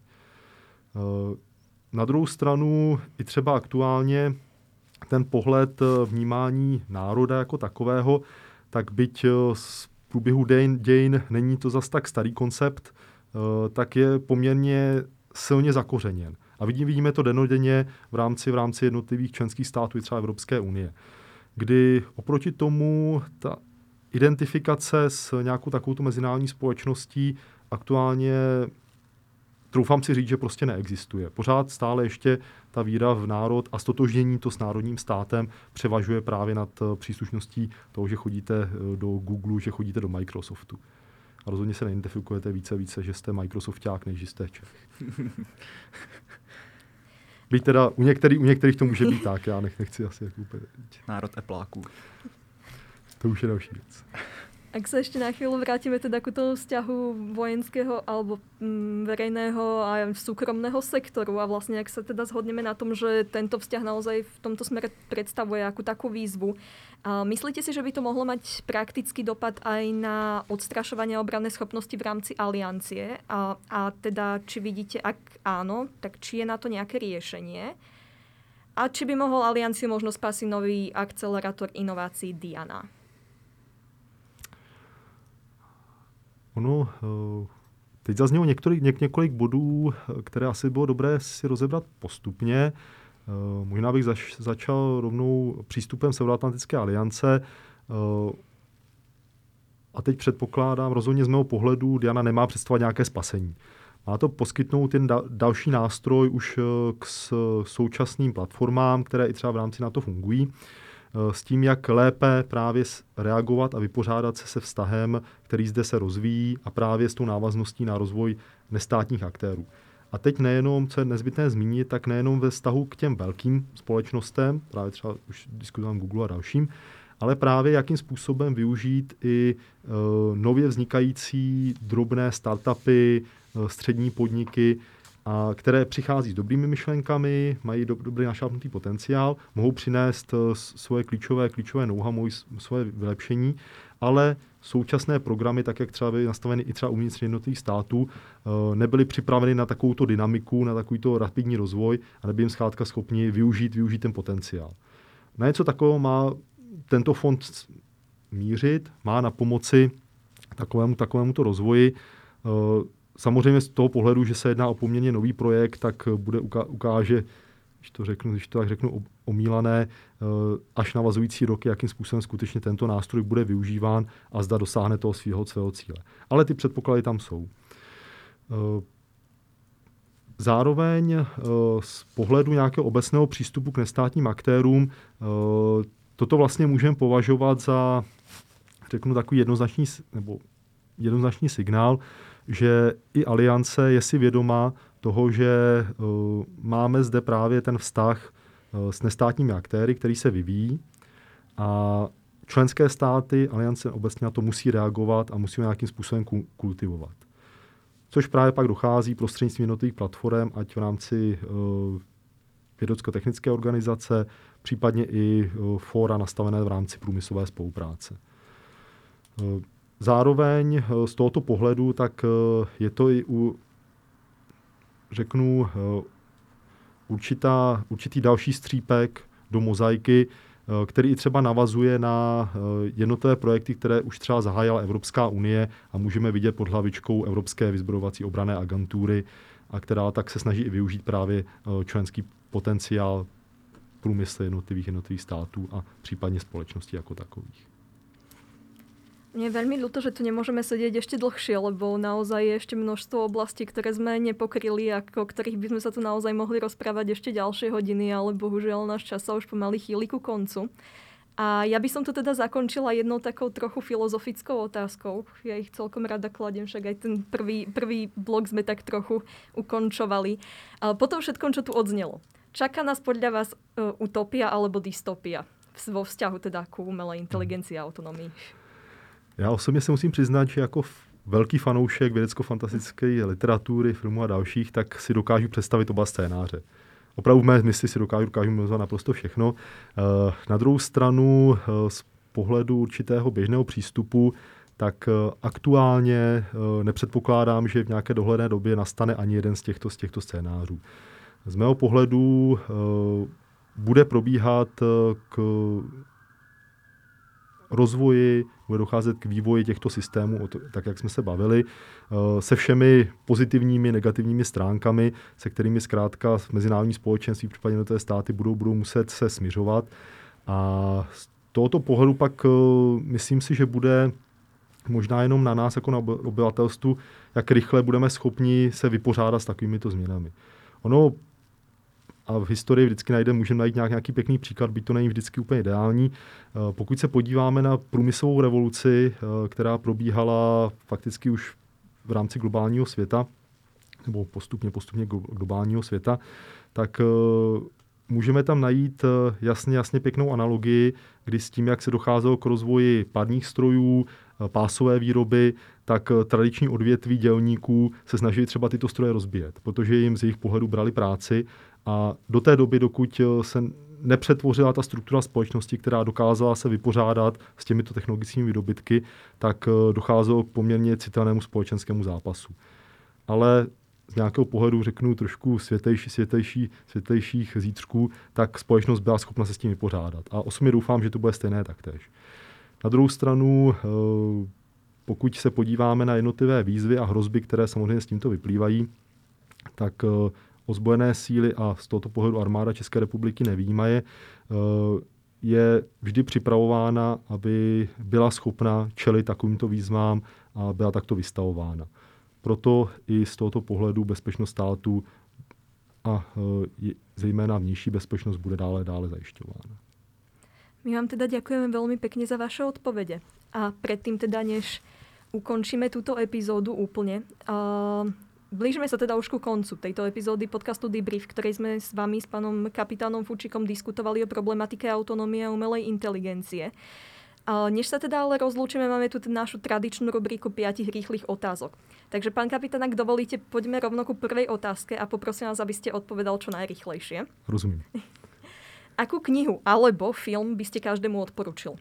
Na druhou stranu i třeba aktuálně ten pohled vnímání národa jako takového, tak byť z průběhu dějin není to zas tak starý koncept, tak je poměrně silně zakořeněn. A vidíme to dennodenně v rámci jednotlivých členských států i třeba Evropské unie, kdy oproti tomu ta identifikace s nějakou takovou mezinárodní společností aktuálně, troufám si říct, že prostě neexistuje. Pořád stále ještě ta víra v národ a stotožnění to s národním státem převažuje právě nad příslušností toho, že chodíte do Google, že chodíte do Microsoftu. A rozhodně se neidentifikujete více, že jste Microsofták, než že jste Čech. Byť teda u některých to může být tak, já nechci asi jako úplně...
Národ Appleáků.
To už je další věc.
Ak sa ešte na chvíľu vrátime teda ku tomu vzťahu vojenského alebo verejného a súkromného sektoru a vlastne ak sa teda zhodneme na tom, že tento vzťah naozaj v tomto smere predstavuje ako takú výzvu. Myslíte si, že by to mohlo mať praktický dopad aj na odstrašovanie obrannej schopnosti v rámci aliancie? A teda, či vidíte, ak áno, tak či je na to nejaké riešenie? A či by mohol alianciu možno spasiť nový akcelerátor inovácií Diana?
Teď zaznělo několik bodů, které asi bylo dobré si rozebrat postupně. Možná bych začal rovnou přístupem Severoatlantické aliance. A teď předpokládám, rozhodně z mého pohledu, Diana nemá představovat nějaké spasení. Má to poskytnout ten další nástroj už k současným platformám, které i třeba v rámci NATO fungují, s tím, jak lépe právě reagovat a vypořádat se vztahem, který zde se rozvíjí a právě s tou návazností na rozvoj nestátních aktérů. A teď nejenom, co je nezbytné zmínit, tak nejenom ve vztahu k těm velkým společnostem, právě třeba už diskutujeme Google a dalším, ale právě jakým způsobem využít i nově vznikající drobné startupy, střední podniky, které přichází s dobrými myšlenkami, mají dobrý našlápnutý potenciál, mohou přinést svoje klíčové know-how, svoje vylepšení, ale současné programy, tak jak třeba byly nastaveny i třeba uvnitř jednotlivých států, nebyly připraveny na takovouto dynamiku, na takovýto rapidní rozvoj a nebyli jim zkrátka schopni využít ten potenciál. Na něco takového má tento fond mířit, má na pomoci takovémuto rozvoji. Samozřejmě z toho pohledu, že se jedná o poměrně nový projekt, tak ukáže, když to tak řeknu, omílané, až navazující roky, jakým způsobem skutečně tento nástroj bude využíván a zda dosáhne toho svého cíle. Ale ty předpoklady tam jsou. Zároveň z pohledu nějakého obecného přístupu k nestátním aktérům toto vlastně můžeme považovat za, řeknu, takový jednoznačný signál, že i Aliance je si vědoma toho, že máme zde právě ten vztah s nestátními aktéry, který se vyvíjí a členské státy, Aliance obecně na to musí reagovat a musí nějakým způsobem kultivovat. Což právě pak dochází prostřednictvím jednotlivých platform, ať v rámci vědecko-technické organizace, případně i fóra nastavené v rámci průmyslové spolupráce. Zároveň z tohoto pohledu tak je to i určitý další střípek do mozaiky, který i třeba navazuje na jednotlivé projekty, které už třeba zahájila Evropská unie a můžeme vidět pod hlavičkou Evropské vyzbrojovací obranné agentury, a která tak se snaží i využít právě členský potenciál průmyslu jednotlivých států a případně společností jako takových.
Mne je veľmi ľúto, že tu nemôžeme sedieť ešte dlhšie, lebo naozaj je ešte množstvo oblastí, ktoré sme nepokryli a o ktorých by sme sa tu naozaj mohli rozprávať ešte ďalšie hodiny, ale bohužiaľ náš čas sa už pomaly chýli ku koncu. A ja by som to teda zakončila jednou takou trochu filozofickou otázkou. Ja ich celkom rada kladiem, však aj ten prvý blok sme tak trochu ukončovali. Ale po tom všetkom, čo tu odznelo. Čaká nás podľa vás utopia alebo dystopia vo vzťahu teda ku umelej inteligencii a autonomii?
Já osobně se musím přiznat, že jako velký fanoušek vědecko-fantastické literatury, filmů a dalších, tak si dokážu představit oba scénáře. Opravdu v mé mysli si dokážu vymyslet naprosto všechno. Na druhou stranu z pohledu určitého běžného přístupu, tak aktuálně nepředpokládám, že v nějaké dohledné době nastane ani jeden z těchto scénářů. Z mého pohledu bude probíhat k rozvoji, bude docházet k vývoji těchto systémů, tak jak jsme se bavili, se všemi pozitivními, negativními stránkami, se kterými zkrátka v mezinárodní společenství, případně jednotlivé státy budou muset se smiřovat. A z tohoto pohledu pak myslím si, že bude možná jenom na nás jako na obyvatelstvu, jak rychle budeme schopni se vypořádat s takovýmito změnami. A v historii vždycky můžeme najít nějaký pěkný příklad, byť to není vždycky úplně ideální. Pokud se podíváme na průmyslovou revoluci, která probíhala fakticky už v rámci globálního světa, nebo postupně globálního světa, tak můžeme tam najít jasně pěknou analogii, kdy s tím, jak se docházelo k rozvoji parních strojů, pásové výroby, tak tradiční odvětví dělníků se snažili třeba tyto stroje rozbíjet, protože jim z jejich pohledu brali práci. A do té doby, dokud se nepřetvořila ta struktura společnosti, která dokázala se vypořádat s těmito technologickými výdobytky, tak docházelo k poměrně citelnému společenskému zápasu. Ale z nějakého pohledu, řeknu, trošku světlejších zítřků, tak společnost byla schopna se s tím vypořádat. A osobně doufám, že to bude stejné taktéž. Na druhou stranu pokud se podíváme na jednotlivé výzvy a hrozby, které samozřejmě s tímto vyplývají, tak ozbrojené síly a z tohoto pohledu armáda České republiky nevyjímaje, je vždy připravována, aby byla schopna čelit takovýmto výzvám a byla takto vystavována. Proto i z tohoto pohledu bezpečnost státu a zejména vnější bezpečnost bude dále zajišťována.
My vám teda ďakujeme veľmi pekne za vaše odpovede. A predtým teda, než ukončíme túto epizódu úplne, blížime sa teda už ku koncu tejto epizódy podcastu Debrief, v ktorej sme s vami, s pánom kapitánom Fučíkom, diskutovali o problematike autonómie a umelej inteligencie. Než sa teda ale rozlúčime, máme tu našu tradičnú rubriku 5 rýchlych otázok. Takže pán kapitán, ak dovolíte, poďme rovno ku prvej otázke a poprosím vás, aby ste odpovedal čo najrýchlejšie.
Rozumím.
Akú knihu alebo film by ste každému odporučil?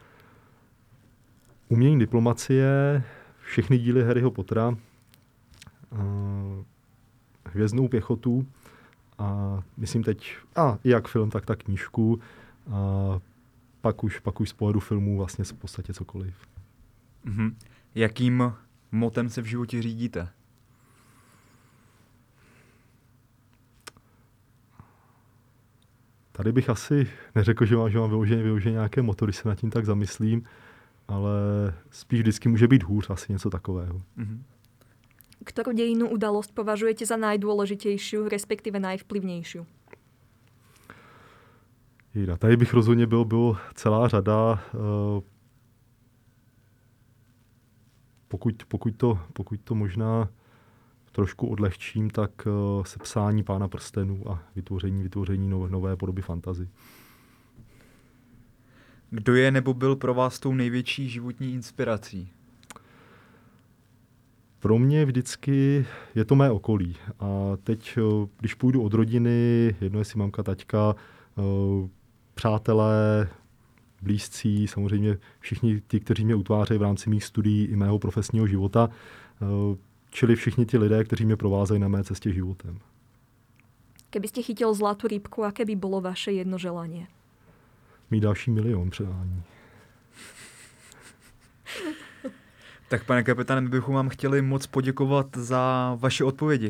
Umění diplomacie, všechny díly Harryho Pottera, Hvězdnou pěchotu a myslím teď, jak film, tak ta knížku a pak už z pohledu filmů vlastně v podstatě cokoliv.
Mm-hmm. Jakým motem se v životě řídíte?
Tady bych asi neřekl, že mám vyloženě nějaké moto, když se nad tím tak zamyslím, ale spíš vždycky může být hůř, asi něco takového.
Mm-hmm.
Ktorú dejinú udalosť považujete za najdôležitejšiu, respektíve najvplyvnějšiu?
Tady bych rozhodně byl celá řada. Pokud to možná trošku odlehčím, tak sepsání Pána prstenů a vytvoření nové podoby fantasy.
Kdo je nebo byl pro vás tou největší životní inspirací?
Pro mě vždycky je to mé okolí. A teď, když půjdu od rodiny, jedno jestli mamka, taťka, přátelé, blízcí, samozřejmě všichni ti, kteří mě utvářejí v rámci mých studií i mého profesního života, čili všichni ti lidé, kteří mě provázejí na mé cestě životem.
Keby ste chytil zlatú rybku, aké by bolo vaše jedno želanie?
Mít další 1 000 000 předání.
Tak pane kapitáne, my bychom vám chtěli moc poděkovat za vaše odpovědi.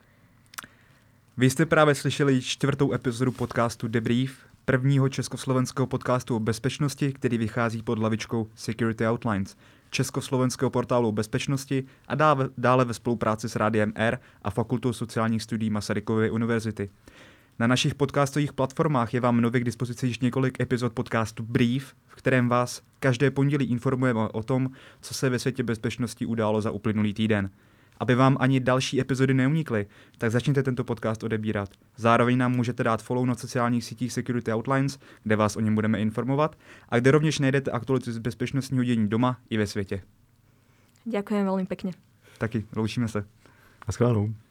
Vy jste právě slyšeli 4. epizodu podcastu Debrief, prvního československého podcastu o bezpečnosti, který vychází pod hlavičkou Security Outlines, československého portálu o bezpečnosti a dále ve spolupráci s Rádiem R a Fakultou sociálních studií Masarykovy univerzity. Na našich podcastových platformách je vám nově k dispozici již několik epizod podcastu Brief, v kterém vás každé pondělí informujeme o tom, co se ve světě bezpečnosti událo za uplynulý týden. Aby vám ani další epizody neunikly, tak začněte tento podcast odebírat. Zároveň nám můžete dát follow na sociálních sítích Security Outlines, kde vás o něm budeme informovat a kde rovněž najdete aktualitu z bezpečnostního dění doma i ve světě.
Ďakujem veľmi pekne.
Taky, loučíme se.
Naschledanou.